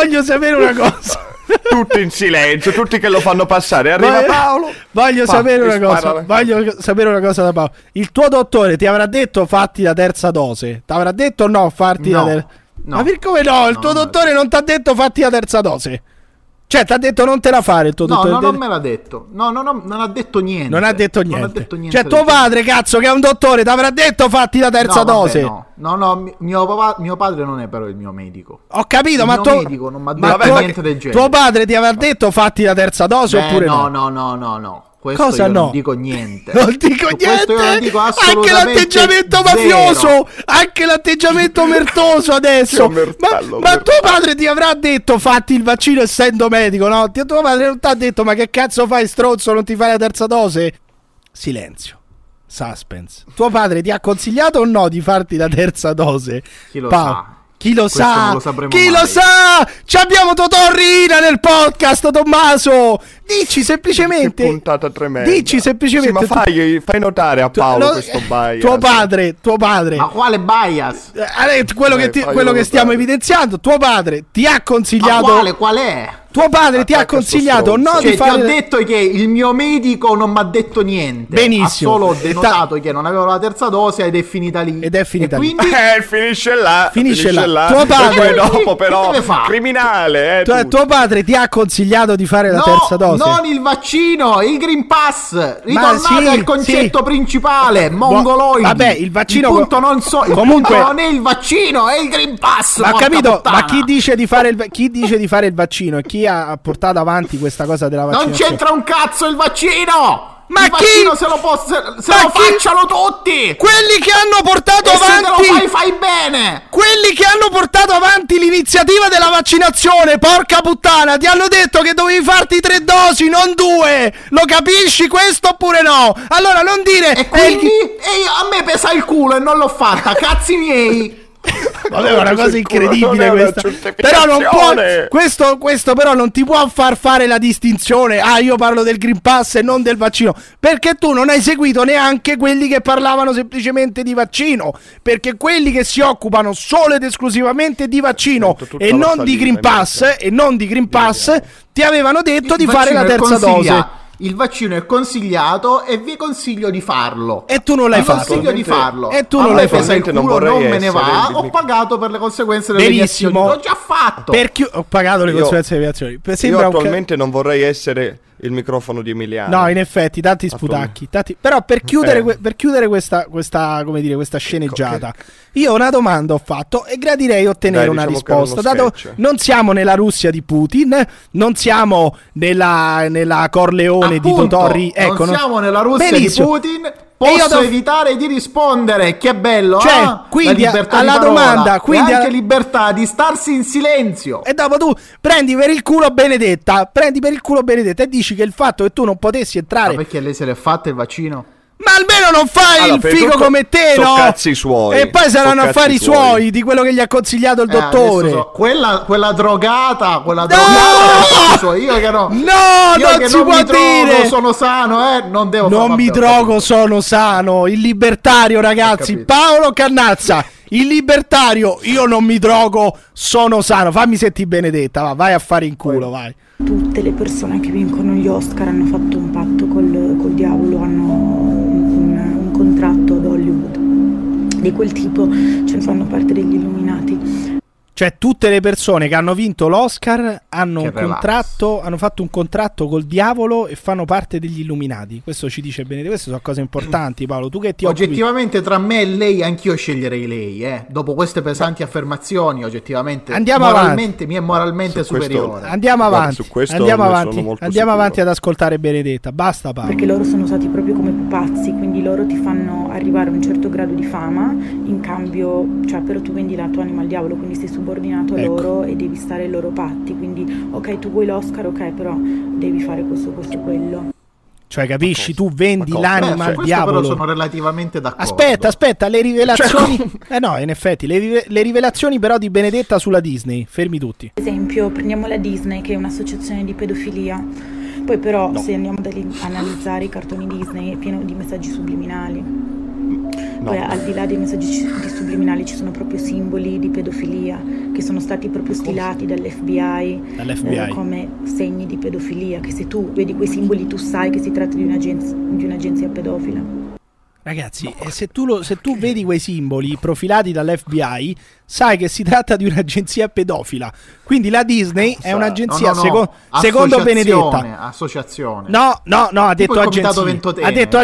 Tutti in silenzio, tutti che lo fanno passare. Arriva Paolo. Voglio sapere una cosa da Paolo. Il tuo dottore ti avrà detto fatti la terza dose? Ti avrà detto no, farti la terza? No. Ma per come no? Il tuo dottore non ti ha detto fatti la terza dose? Cioè, ti ha detto non te la fare il tuo dottore? No, non me l'ha detto. No, non ha detto niente. Non ha detto niente. Cioè, tuo padre, cazzo, che è un dottore, ti avrà detto fatti la terza dose? No, mio padre non è però il mio medico. Ho capito, il mio medico non mi ha detto niente del genere. Tuo padre ti avrà detto fatti la terza dose oppure no? No. Questo cosa io no? Non dico niente. Non dico niente. Io non dico anche l'atteggiamento mafioso, anche l'atteggiamento mertoso adesso. Ma tuo padre ti avrà detto fatti il vaccino essendo medico, no? Tuo padre non ti ha detto ma che cazzo fai stronzo, non ti fai la terza dose? Silenzio. Suspense. Tuo padre ti ha consigliato o no di farti la terza dose? Chi lo sa? Chi lo sa? Chi lo sa? Ci abbiamo Totò Riina nel podcast, Tommaso. Dici semplicemente. Che puntata tremenda. Dici semplicemente. Sì, ma fai notare a Paolo questo bias. Tuo padre. Ma quale bias? Quello che stiamo evidenziando. Tuo padre ti ha consigliato. Ma qual è? Tuo padre ti ha consigliato di fare. Ti ho detto che il mio medico non mi ha detto niente. Benissimo. Ha solo denotato che non avevo la terza dose ed è finita lì. Quindi finisce là. Tuo padre dopo però criminale. Tuo padre ti ha consigliato di fare la terza dose. Non il vaccino, il Green Pass. Ritornate al concetto principale, mongoloidi. Vabbè, il vaccino il punto non è il vaccino, è il Green Pass. Ma capito? Ma chi dice di fare il vaccino e chi ha portato avanti questa cosa della vaccinazione? Non c'entra un cazzo il vaccino! Ma il vaccino se lo facciano tutti! Quelli che hanno portato avanti. Se te lo fai bene! Quelli che hanno portato avanti l'iniziativa della vaccinazione, porca puttana, ti hanno detto che dovevi farti 3 dosi, non 2! Lo capisci questo oppure no? Allora non dire. E quindi a me pesa il culo e non l'ho fatta, cazzi miei! Vabbè, è una cosa incredibile questa. Però non può. Questo però non ti può far fare la distinzione. Io parlo del Green Pass e non del vaccino. Perché tu non hai seguito neanche quelli che parlavano semplicemente di vaccino. Perché quelli che si occupano solo ed esclusivamente di vaccino e non di Green Pass ti avevano detto di fare la terza dose. Il vaccino è consigliato e vi consiglio di farlo. E tu non l'hai fatto. Consiglio di farlo. E tu non l'hai fatto. Non me ne va. Ho pagato per le conseguenze delle mie azioni. L'ho già fatto. Ho pagato le conseguenze delle mie azioni. Io attualmente non vorrei essere il microfono di Emiliano. No, in effetti, tanti sputacchi. Però per chiudere questa come dire, questa sceneggiata, io una domanda ho fatto e gradirei ottenere una risposta. Dato non siamo nella Russia di Putin, non siamo nella Corleone di Totorri. Ecco, non siamo nella Russia di Putin. Posso evitare di rispondere, che bello, quindi la libertà alla di parola, domanda, quindi e anche libertà di starsi in silenzio. E dopo tu prendi per il culo Benedetta e dici che il fatto che tu non potessi entrare. Ma perché lei se l'è fatta il vaccino? Ma almeno non fai il figo come te, no? Cazzi suoi. E poi saranno affari suoi di quello che gli ha consigliato il dottore. Quella drogata, io che no. No, io non che si non può mi dire. Drogo, sono sano, non devo Non mi drogo, sono sano. Il libertario, ragazzi, Paolo Cannazza. Il libertario, io non mi drogo, sono sano. Fammi sentire Benedetta, vai a fare in culo, vai. Tutte le persone che vincono gli Oscar hanno fatto un patto col diavolo, hanno un contratto ad Hollywood di quel tipo, cioè fanno parte degli Illuminati. Cioè tutte le persone che hanno vinto l'Oscar hanno fatto un contratto col diavolo e fanno parte degli Illuminati. Questo ci dice Benedetto. Queste sono cose importanti, Paolo. Tu che ti oggettivamente tra me e lei anch'io sceglierei lei, Dopo queste pesanti affermazioni, oggettivamente mi è moralmente superiore. Andiamo avanti. Andiamo avanti ad ascoltare Benedetta. Basta, Paolo. Perché loro sono usati proprio come pupazzi, quindi loro ti fanno arrivare a un certo grado di fama, in cambio, cioè però tu vendi la tua anima al diavolo, quindi sei subordinato a loro e devi stare ai loro patti, quindi ok, tu vuoi l'Oscar, ok, però devi fare questo, quello. Cioè, capisci, tu vendi l'anima al diavolo. Però sono relativamente d'accordo. Aspetta, le rivelazioni no, in effetti, le rivelazioni però di Benedetta sulla Disney, fermi tutti. Per esempio, prendiamo la Disney, che è un'associazione di pedofilia. Poi però se andiamo ad analizzare i cartoni Disney è pieno di messaggi subliminali. Poi al di là dei messaggi subliminali ci sono proprio simboli di pedofilia che sono stati proprio stilati dall'FBI. Come segni di pedofilia, che se tu vedi quei simboli tu sai che si tratta di un'agenzia pedofila. Ragazzi, se tu vedi quei simboli profilati dall'FBI, sai che si tratta di un'agenzia pedofila. Quindi la Disney è un'agenzia, secondo Benedetta. Associazione. No, ha detto agenzia. Ventotene,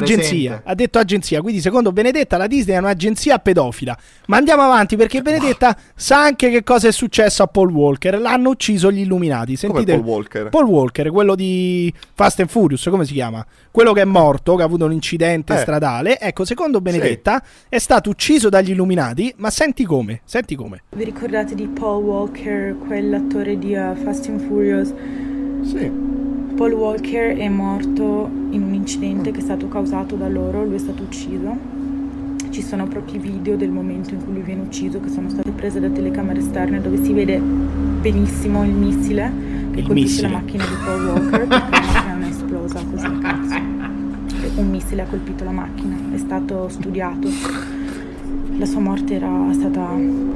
ha detto agenzia. Quindi secondo Benedetta la Disney è un'agenzia pedofila. Ma andiamo avanti, perché Benedetta sa anche che cosa è successo a Paul Walker. L'hanno ucciso gli Illuminati. Sentite, Paul Walker, quello di Fast and Furious, come si chiama? Quello che è morto, che ha avuto un incidente stradale. Ecco, secondo Benedetta è stato ucciso dagli Illuminati. Ma senti come? Vi ricordate di Paul Walker, quell'attore di Fast and Furious? Sì. Paul Walker è morto in un incidente che è stato causato da loro, lui è stato ucciso. Ci sono proprio i video del momento in cui lui viene ucciso, che sono state prese da telecamere esterne, dove si vede benissimo il missile che colpisce la macchina di Paul Walker, perché la macchina non è esplosa così a cazzo. Un missile ha colpito la macchina, è stato studiato. La sua morte era stata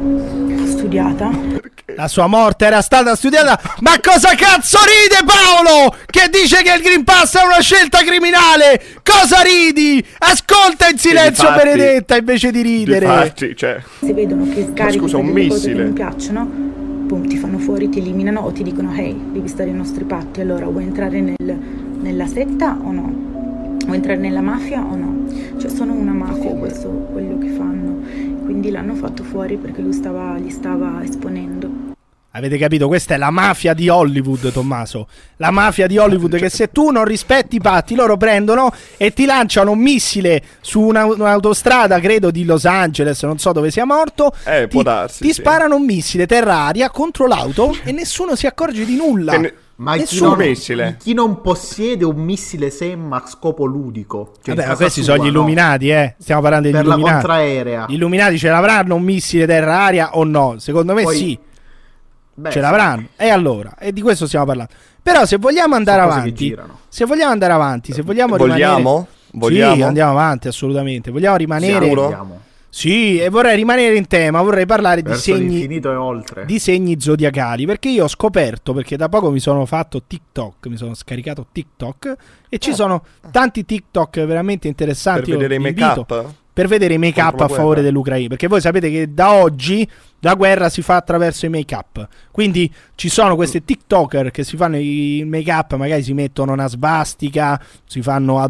studiata. La sua morte era stata studiata? Ma cosa cazzo ride Paolo? Che dice che il Green Pass è una scelta criminale? Cosa ridi? Ascolta in silenzio Benedetta invece di ridere. Difatti, cioè. Se vedono che scarichi delle cose che non piacciono, boom, ti fanno fuori, ti eliminano o ti dicono hey, devi stare ai nostri patti. Allora vuoi entrare nella setta o no? Vuoi entrare nella mafia o no? Cioè sono una mafia, questo quello che fanno. Quindi l'hanno fatto fuori perché lui gli stava esponendo. Avete capito? Questa è la mafia di Hollywood, Tommaso. La mafia di Hollywood, che se tu non rispetti i patti, loro prendono e ti lanciano un missile su un'autostrada, credo di Los Angeles, non so dove sia morto. Può darsi, ti sparano un missile terra-aria contro l'auto e nessuno si accorge di nulla. Ma chi non possiede un missile SEM a scopo ludico? Cioè, vabbè, ma questi sono gli illuminati, Stiamo parlando degli illuminati. Per la contraerea. Gli illuminati ce l'avranno un missile terra-aria o no? Secondo me sì. Ce l'avranno. E allora? E di questo stiamo parlando. Però se vogliamo andare avanti, se vogliamo rimanere... Vogliamo? Sì, andiamo avanti, assolutamente. Vogliamo rimanere... Sicuro? Sì, e vorrei rimanere in tema, vorrei parlare di segni zodiacali, perché io ho scoperto, perché da poco mi sono fatto TikTok, mi sono scaricato TikTok e ci sono tanti TikTok veramente interessanti. Per vedere i make-up? Per vedere i make-up a favore dell'Ucraina, perché voi sapete che da oggi la guerra si fa attraverso i make-up, quindi ci sono questi TikToker che si fanno i make-up, magari si mettono una svastica, si fanno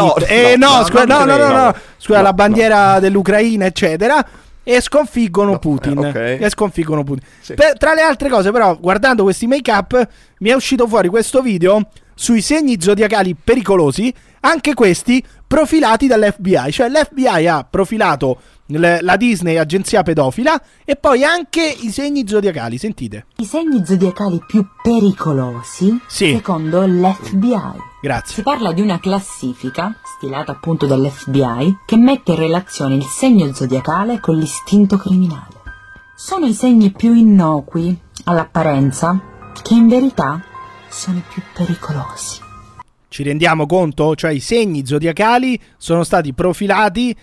scusa, la bandiera dell'Ucraina, eccetera, e sconfiggono Putin. E sconfiggono Putin. Sì. Tra le altre cose, però, guardando questi make-up, mi è uscito fuori questo video sui segni zodiacali pericolosi, anche questi profilati dall'FBI, cioè l'FBI ha profilato la Disney, agenzia pedofila, e poi anche i segni zodiacali. Sentite. I segni zodiacali più pericolosi, secondo l'FBI. Grazie. Si parla di una classifica stilata appunto dall'FBI che mette in relazione il segno zodiacale con l'istinto criminale. Sono i segni più innocui all'apparenza che in verità sono i più pericolosi. Ci rendiamo conto? Cioè i segni zodiacali sono stati profilati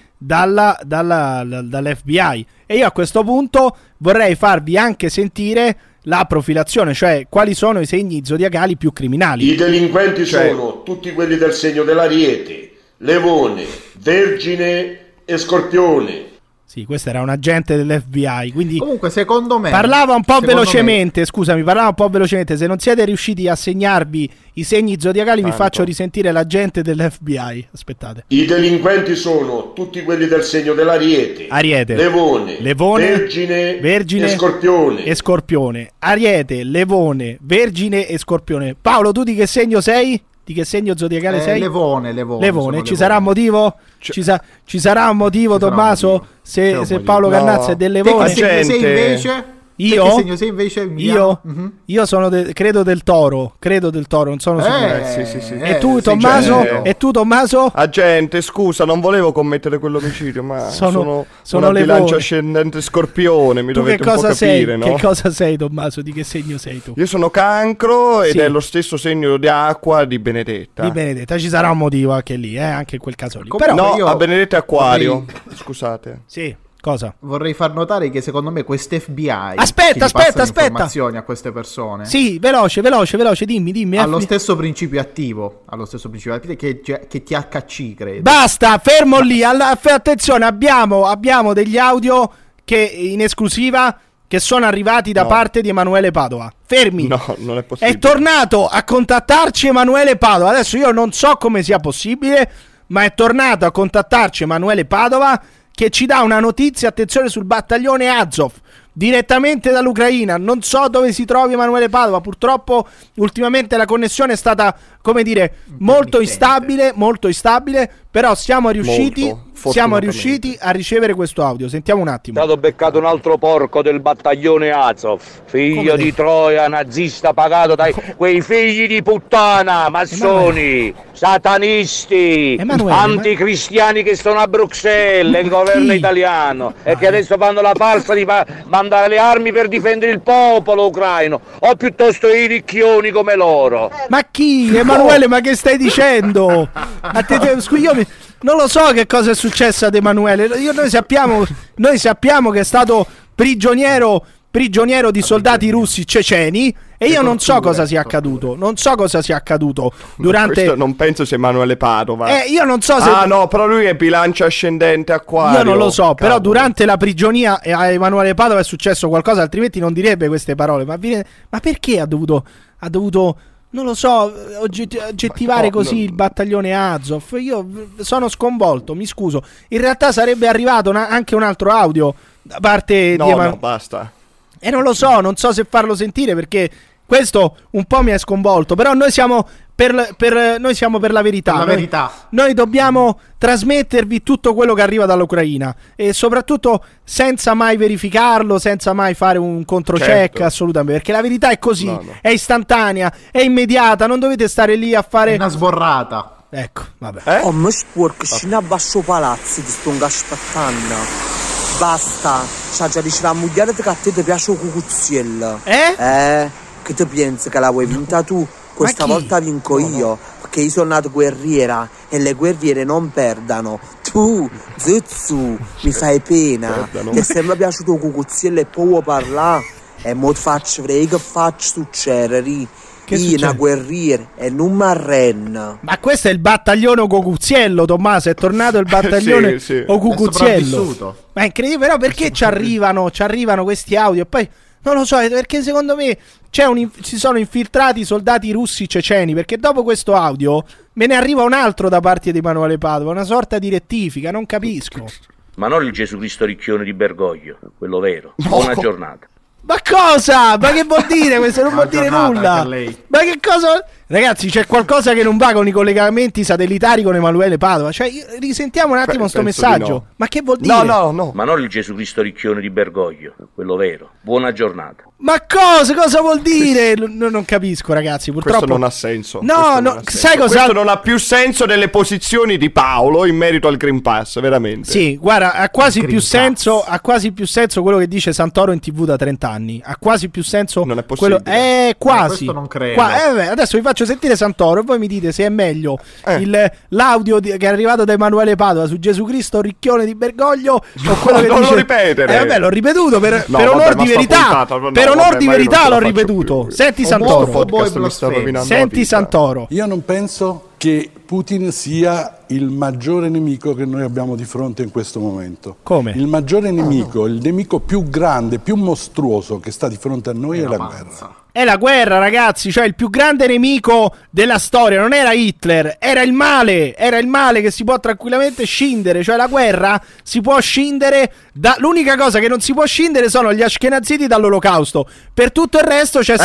dall'FBI, e io a questo punto vorrei farvi anche sentire la profilazione, cioè quali sono i segni zodiacali più criminali. I delinquenti sono tutti quelli del segno dell'Ariete, Leone, Vergine e Scorpione. Sì, questo era un agente dell'FBI, quindi comunque secondo me parlava un po' velocemente, se non siete riusciti a segnarvi i segni zodiacali vi faccio risentire l'agente dell'FBI. Aspettate. I delinquenti sono tutti quelli del segno dell'Ariete, Leone, Vergine e Scorpione. Ariete, Leone, Vergine e Scorpione. Paolo, tu di che segno sei? Di che segno zodiacale sei? Levone. Ci sarà un motivo? Ci sarà un motivo, Tommaso? Se Paolo Cannazza è del Levone. Che segno sei invece? Io? Che segno sei invece? Io sono credo del Toro, non sono sicuro. Sì. E tu, Tommaso? E tu, Tommaso? Agente, scusa, non volevo commettere quell'omicidio, ma sono una bilancia ascendente Scorpione, mi dovete un po' capire, no? Che cosa sei, Tommaso? Di che segno sei tu? Io sono Cancro ed è lo stesso segno di acqua di Benedetta. Di Benedetta, ci sarà un motivo anche lì, anche in quel caso lì. Però no, a Benedetta è Acquario. Scusate. Sì. Cosa? Vorrei far notare che secondo me queste FBI aspetta informazioni a queste persone. Sì, veloce, dimmi. Ha lo stesso principio attivo, che THC, credo. Basta, fermo lì. Attenzione, abbiamo degli audio che in esclusiva che sono arrivati da parte di Emanuele Padova. Fermi. No, non è possibile. È tornato a contattarci Emanuele Padova. Adesso io non so come sia possibile, ma è tornato a contattarci Emanuele Padova, che ci dà una notizia, attenzione, sul battaglione Azov, direttamente dall'Ucraina. Non so dove si trovi Emanuele Padova, purtroppo ultimamente la connessione è stata, come dire, molto instabile, però siamo riusciti a ricevere questo audio. Sentiamo un attimo. È stato beccato un altro porco del battaglione Azov, figlio di Troia, nazista pagato dai quei figli di puttana, massoni, satanisti, anticristiani che sono a Bruxelles, il governo italiano, e che adesso fanno la farsa di mandare le armi per difendere il popolo ucraino, o piuttosto i ricchioni come loro. Ma chi? Emanuele, ma che stai dicendo? Io non lo so che cosa è successo ad Emanuele. Noi sappiamo che è stato prigioniero di soldati russi ceceni, e io non so cosa sia accaduto. Durante. Questo non penso sia Emanuele Padova. Io non so se. No, però lui è bilancia ascendente Acquario. Io non lo so, però durante la prigionia a Emanuele Padova è successo qualcosa, altrimenti non direbbe queste parole. Ma perché ha dovuto non lo so, oggettivare così il battaglione Azov? Io sono sconvolto, mi scuso. In realtà sarebbe arrivato anche un altro audio da parte di Emanuele. No, basta. non lo so, non so se farlo sentire, perché questo un po' mi è sconvolto, però noi siamo per la verità. La verità. Noi dobbiamo trasmettervi tutto quello che arriva dall'Ucraina, e soprattutto senza mai verificarlo, senza mai fare un controcheck, assolutamente, perché la verità è così, è istantanea, è immediata, non dovete stare lì a fare una sborrata. Ecco, vabbè. Oh, ma sporco, scina abbasso palazzi ti sto aspettando. Basta, c'ha già dice la moglie che a te ti piace il cucuzziello. Che ti pensi che la vuoi vinta tu? Questa volta vinco io, perché io sono nato guerriera e le guerriere non perdano. Tu, Zuzzu, mi fai pena. Ti sembra piaciuto il cucuzziello e poi vuoi parlare? E mo ti faccio vedere che faccio succedere. Io una guerriera e non mi arrenno. Ma questo è il battaglione Cucuzziello, Tommaso, è tornato il battaglione Cucuzziello. Ma è incredibile, però perché ci arrivano questi audio e poi non lo so, perché secondo me si sono infiltrati soldati russi ceceni, perché dopo questo audio me ne arriva un altro da parte di Emanuele Padova, una sorta di rettifica, non capisco. Ma non il Gesù Cristo ricchione di Bergoglio, quello vero. Buona giornata. Ma cosa? Ma che vuol dire questo? Non vuol dire nulla. Ma che cosa? Ragazzi, c'è qualcosa che non va con i collegamenti satellitari con Emanuele Padova. Cioè, risentiamo un attimo sto messaggio. No. Ma che vuol dire? No. Ma non il Gesù Cristo ricchione di Bergoglio, quello vero. Buona giornata. Ma cosa vuol dire? Non capisco, ragazzi, purtroppo. Questo non ha senso. Sai cosa? Questo non ha più senso delle posizioni di Paolo in merito al Green Pass, veramente. Sì, guarda, ha quasi più senso quello che dice Santoro in TV da 30 anni. Ha quasi più senso. Non è possibile. Quasi. Questo non credo. Adesso vi faccio sentire Santoro e voi mi dite se è meglio l'audio che è arrivato da Emanuele Padova su Gesù Cristo ricchione di Bergoglio o quello che non dice... lo ripetere. Vabbè, l'ho ripetuto per onor di verità. Per onor di verità l'ho ripetuto. Senti Santoro. Senti Santoro. Io non penso che Putin sia il maggiore nemico che noi abbiamo di fronte in questo momento. Come? Il maggiore nemico, il nemico più grande, più mostruoso che sta di fronte a noi è la guerra. È la guerra, ragazzi, cioè il più grande nemico della storia non era Hitler, era il male che si può tranquillamente scindere, cioè la guerra si può scindere l'unica cosa che non si può scindere sono gli ashkenaziti dall'olocausto. Per tutto il resto c'è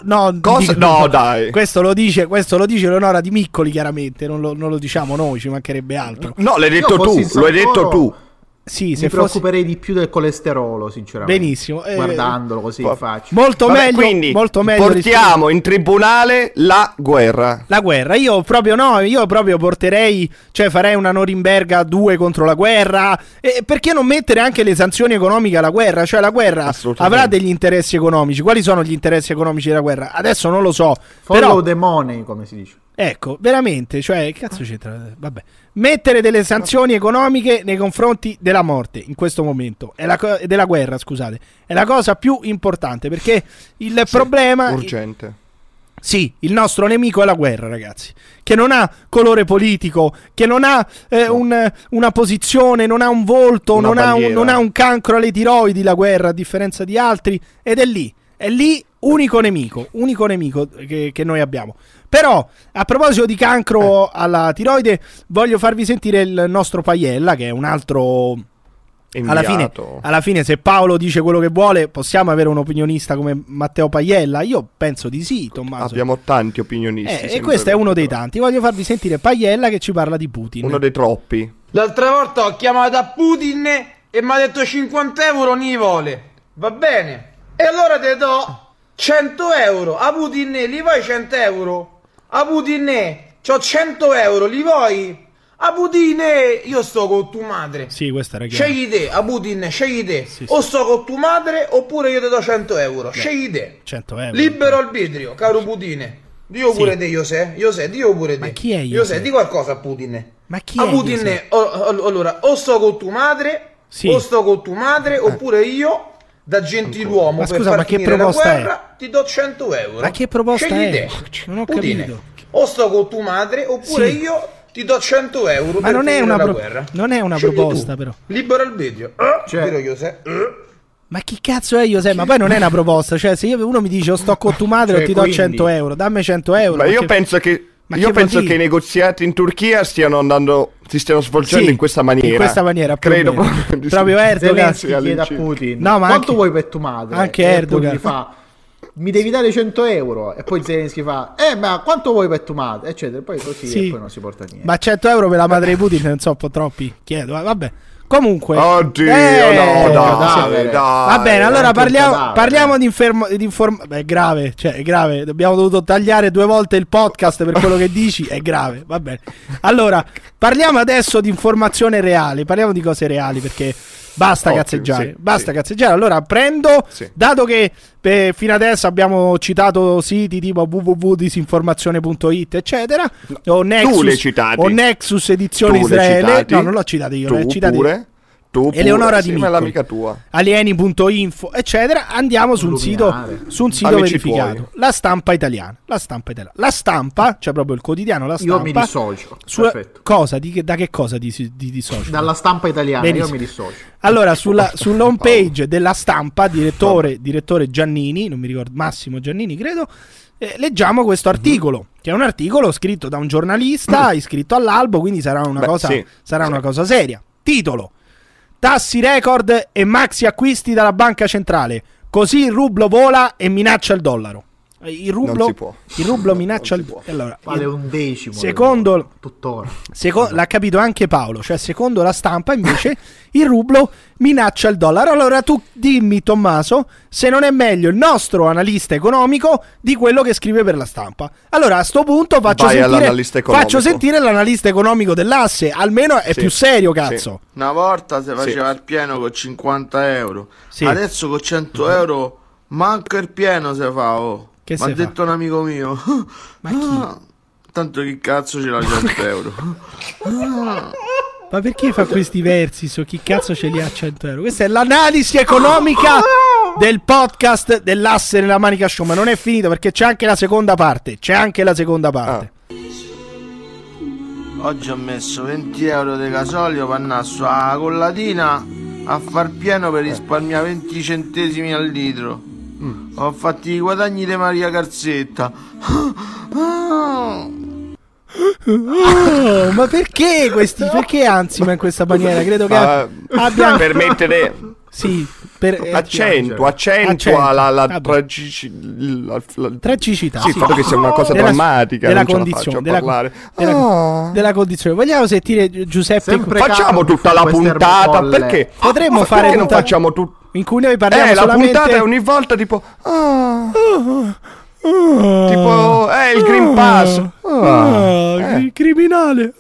dai. Questo lo dice Leonora Di Miccoli, chiaramente, non lo diciamo noi, ci mancherebbe altro. No, l'hai detto tu, lo hai detto tu. Sì, mi preoccuperei di più del colesterolo, sinceramente. Benissimo, guardandolo così faccio. Molto meglio. Quindi molto meglio portiamo in tribunale la guerra. La guerra, io proprio porterei, cioè farei una Norimberga 2 contro la guerra. Perché non mettere anche le sanzioni economiche alla guerra? Cioè la guerra avrà degli interessi economici. Quali sono gli interessi economici della guerra? Adesso non lo so. Follow the money, come si dice. Ecco, veramente, cioè, che cazzo c'entra? Vabbè. Mettere delle sanzioni economiche nei confronti della morte in questo momento, della guerra, scusate, è la cosa più importante, perché il problema... Urgente. Sì, il nostro nemico è la guerra, ragazzi, che non ha colore politico, che non ha una posizione, non ha un volto, non ha un cancro alle tiroidi, la guerra, a differenza di altri, ed è lì unico nemico che noi abbiamo. Però, a proposito di cancro alla tiroide, voglio farvi sentire il nostro Paiella, che è un altro... Alla fine, se Paolo dice quello che vuole, possiamo avere un opinionista come Matteo Paiella? Io penso di sì, Tommaso. Abbiamo tanti opinionisti. E questo è uno dei tanti. Voglio farvi sentire Paiella che ci parla di Putin. Uno dei troppi. L'altra volta ho chiamato a Putin e mi ha detto 50 euro non li vuole. Va bene. E allora te do 100 euro. A Putin li vuoi 100 euro? A Putin c'ho 100 euro, li vuoi? A Putin io sto con tua madre. Sì, questa era chiara. Scegli te, a Putin, scegli te. Sì. O sto con tua madre oppure io ti do 100 euro. Scegli te. 100 euro. Libero arbitrio, caro Putin. Dio pure te, io sei, Dio pure te. Ma chi è io? Di qualcosa a Putin. Ma chi a è Putin, allora, o sto con tua madre, o sto con tua madre, oppure io... Da gentiluomo, ma scusa, ma che proposta la guerra, ti do 100 euro. Ma che proposta scegli è? Non ho capito. O sto con tua madre oppure io ti do 100 euro. Ma per non è una guerra. Non è una scegli proposta, tu. però. Libero arbitrio. Ma chi cazzo è José? Ma poi non è una proposta. Cioè, se uno mi dice o sto con tua madre o ti do 100 euro, dammi 100 euro. Ma io penso che Io penso che i negoziati in Turchia si stiano svolgendo in questa maniera. In questa maniera, credo. Proprio Erdogan chiede a Putin: no, ma quanto vuoi per tua madre? Anche Erdogan fa: mi devi dare 100 euro. E poi Zelensky fa: ma quanto vuoi per tua madre? Eccetera. Poi così e poi non si porta niente. Ma 100 euro per la madre di Putin non so, un po' troppi. Chiedo, vabbè. Comunque, oddio, dai. Va bene, allora parliamo di è grave, cioè è grave. Abbiamo dovuto tagliare 2 volte il podcast per quello che dici, è grave. Va bene. Allora, parliamo adesso di informazione reale, parliamo di cose reali, perché basta cazzeggiare, cazzeggiare. Allora dato che fino adesso abbiamo citato siti tipo www.disinformazione.it eccetera, o Nexus edizione Israele, no, non l'ho citato io, l'ho citato Eleonora Di Micco, l'amica tua, alieni.info eccetera. Andiamo su un sito verificato, La Stampa italiana. La Stampa, cioè proprio il quotidiano La Stampa. Io mi dissocio. Cosa? Da che cosa ti dissoci? Dalla Stampa italiana. Benissimo. Io mi dissocio. Allora, sull'home page della Stampa, direttore Giannini, non mi ricordo, Massimo Giannini credo, leggiamo questo articolo, che è un articolo scritto da un giornalista iscritto all'albo, quindi sarà una cosa seria. Titolo: tassi record e maxi acquisti dalla banca centrale, così il rublo vola e minaccia il dollaro. Il rublo minaccia il dollaro. Allora, vale un decimo. Secondo l'ha capito anche Paolo, cioè secondo La Stampa invece il rublo minaccia il dollaro. Allora tu dimmi, Tommaso, se non è meglio il nostro analista economico di quello che scrive per La Stampa. Allora a sto punto faccio sentire l'analista economico dell'Asse, almeno è più serio, cazzo. Sì. Una volta si faceva il pieno con 50 euro, adesso con 100 euro manco il pieno si fa, Ma ha detto un amico mio. Ma chi? Tanto che cazzo ce l'ha 100 euro? Ma perché fa questi versi su chi cazzo ce li ha 100 euro? Questa è l'analisi economica del podcast dell'Asse nella Manica Show. Ma non è finito, perché c'è anche la seconda parte. Oggi ho messo 20 euro di gasolio per andare sulla collatina a far pieno per risparmiare 20 centesimi al litro. Ho fatto i guadagni di Maria Carzetta. Ma perché questi? Perché anzi, in questa maniera credo che abbia permettere. Sì, accentua la tragicità. Sì, il fatto che sia una cosa drammatica della condizione. Della condizione. Vogliamo sentire Giuseppe? Facciamo tutta la puntata. Perché? Potremmo fare. Perché non facciamo tutto? In cui noi parliamo solamente. La puntata è ogni volta tipo. Tipo il Green Pass. Il criminale.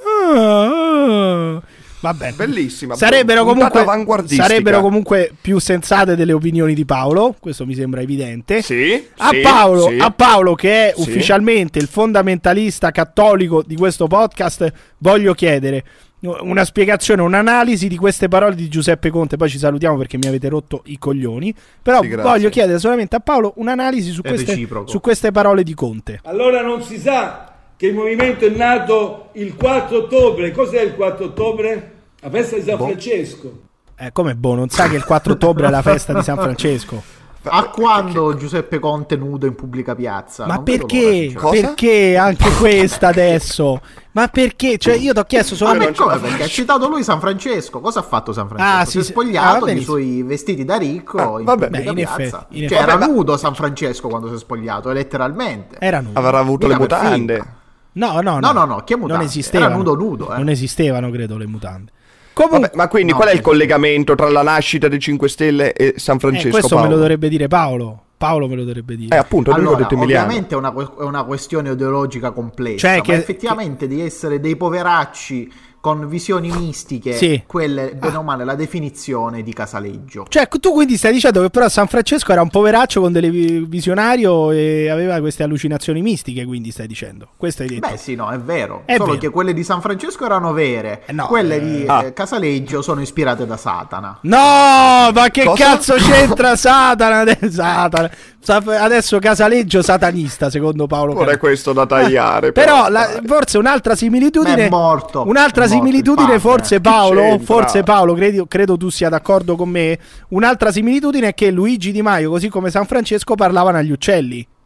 Va bene. Bellissima. Sarebbero comunque più sensate delle opinioni di Paolo. Questo mi sembra evidente. A Paolo, che è ufficialmente il fondamentalista cattolico di questo podcast, voglio chiedere una spiegazione, un'analisi di queste parole di Giuseppe Conte. Poi ci salutiamo perché mi avete rotto i coglioni. Però voglio chiedere solamente a Paolo un'analisi su queste parole di Conte. Allora non si sa che il movimento è nato il 4 ottobre. Cos'è il 4 ottobre? La festa di San Francesco. Come non sa che il 4 ottobre è la festa di San Francesco? A quando Giuseppe Conte nudo in pubblica piazza? Ma perché? Perché anche questa adesso? Ma perché? Cioè io ti ho chiesto solamente perché ha citato lui San Francesco. Cosa ha fatto San Francesco? Si è spogliato dei suoi vestiti da ricco in pubblica piazza. Era nudo San Francesco quando si è spogliato, letteralmente. Era nudo. Avrà avuto le mutande. No, che mutande? Non esistevano. Era nudo. Non esistevano, credo, le mutande. Ma quindi qual è il collegamento tra la nascita dei 5 Stelle e San Francesco? Questo me lo dovrebbe dire Paolo. Paolo me lo dovrebbe dire. Appunto, allora, detto ovviamente è una questione ideologica complessa, cioè effettivamente di essere dei poveracci con visioni mistiche, quelle bene o male la definizione di Casaleggio. Cioè tu quindi stai dicendo che però San Francesco era un poveraccio con delle visionario e aveva queste allucinazioni mistiche, quindi stai dicendo? Questo hai detto? Beh sì, no, è vero. Solo che quelle di San Francesco erano vere, quelle di Casaleggio sono ispirate da Satana. No, ma che cazzo c'entra Satana? Adesso Casaleggio satanista, secondo Paolo. Non è questo da tagliare. Però forse un'altra similitudine. È morto. Un'altra similitudine, forse Paolo, credo tu sia d'accordo con me. Un'altra similitudine è che Luigi Di Maio, così come San Francesco, parlavano agli uccelli.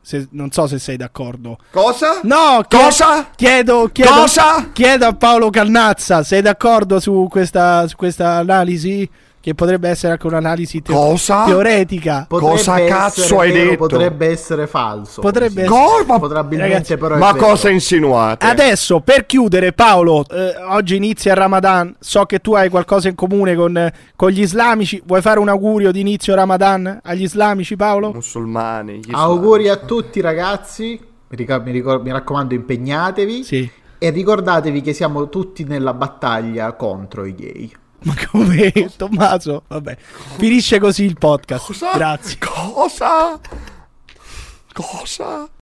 non so se sei d'accordo. Cosa? No, cosa? Chiedo a Paolo Cannazza, sei d'accordo su questa analisi? Che potrebbe essere anche un'analisi teoretica. Cosa cazzo hai detto? Potrebbe essere falso. Potrebbe probabilmente, ragazzi, però. Ma cosa insinuate? Adesso, per chiudere, Paolo, oggi inizia il Ramadan. So che tu hai qualcosa in comune con gli islamici. Vuoi fare un augurio di inizio Ramadan agli islamici, Paolo? Musulmani. Auguri a tutti, ragazzi. Mi raccomando, impegnatevi. Sì. E ricordatevi che siamo tutti nella battaglia contro i gay. Ma come, Tommaso? Vabbè, finisce così il podcast. Grazie. Cosa?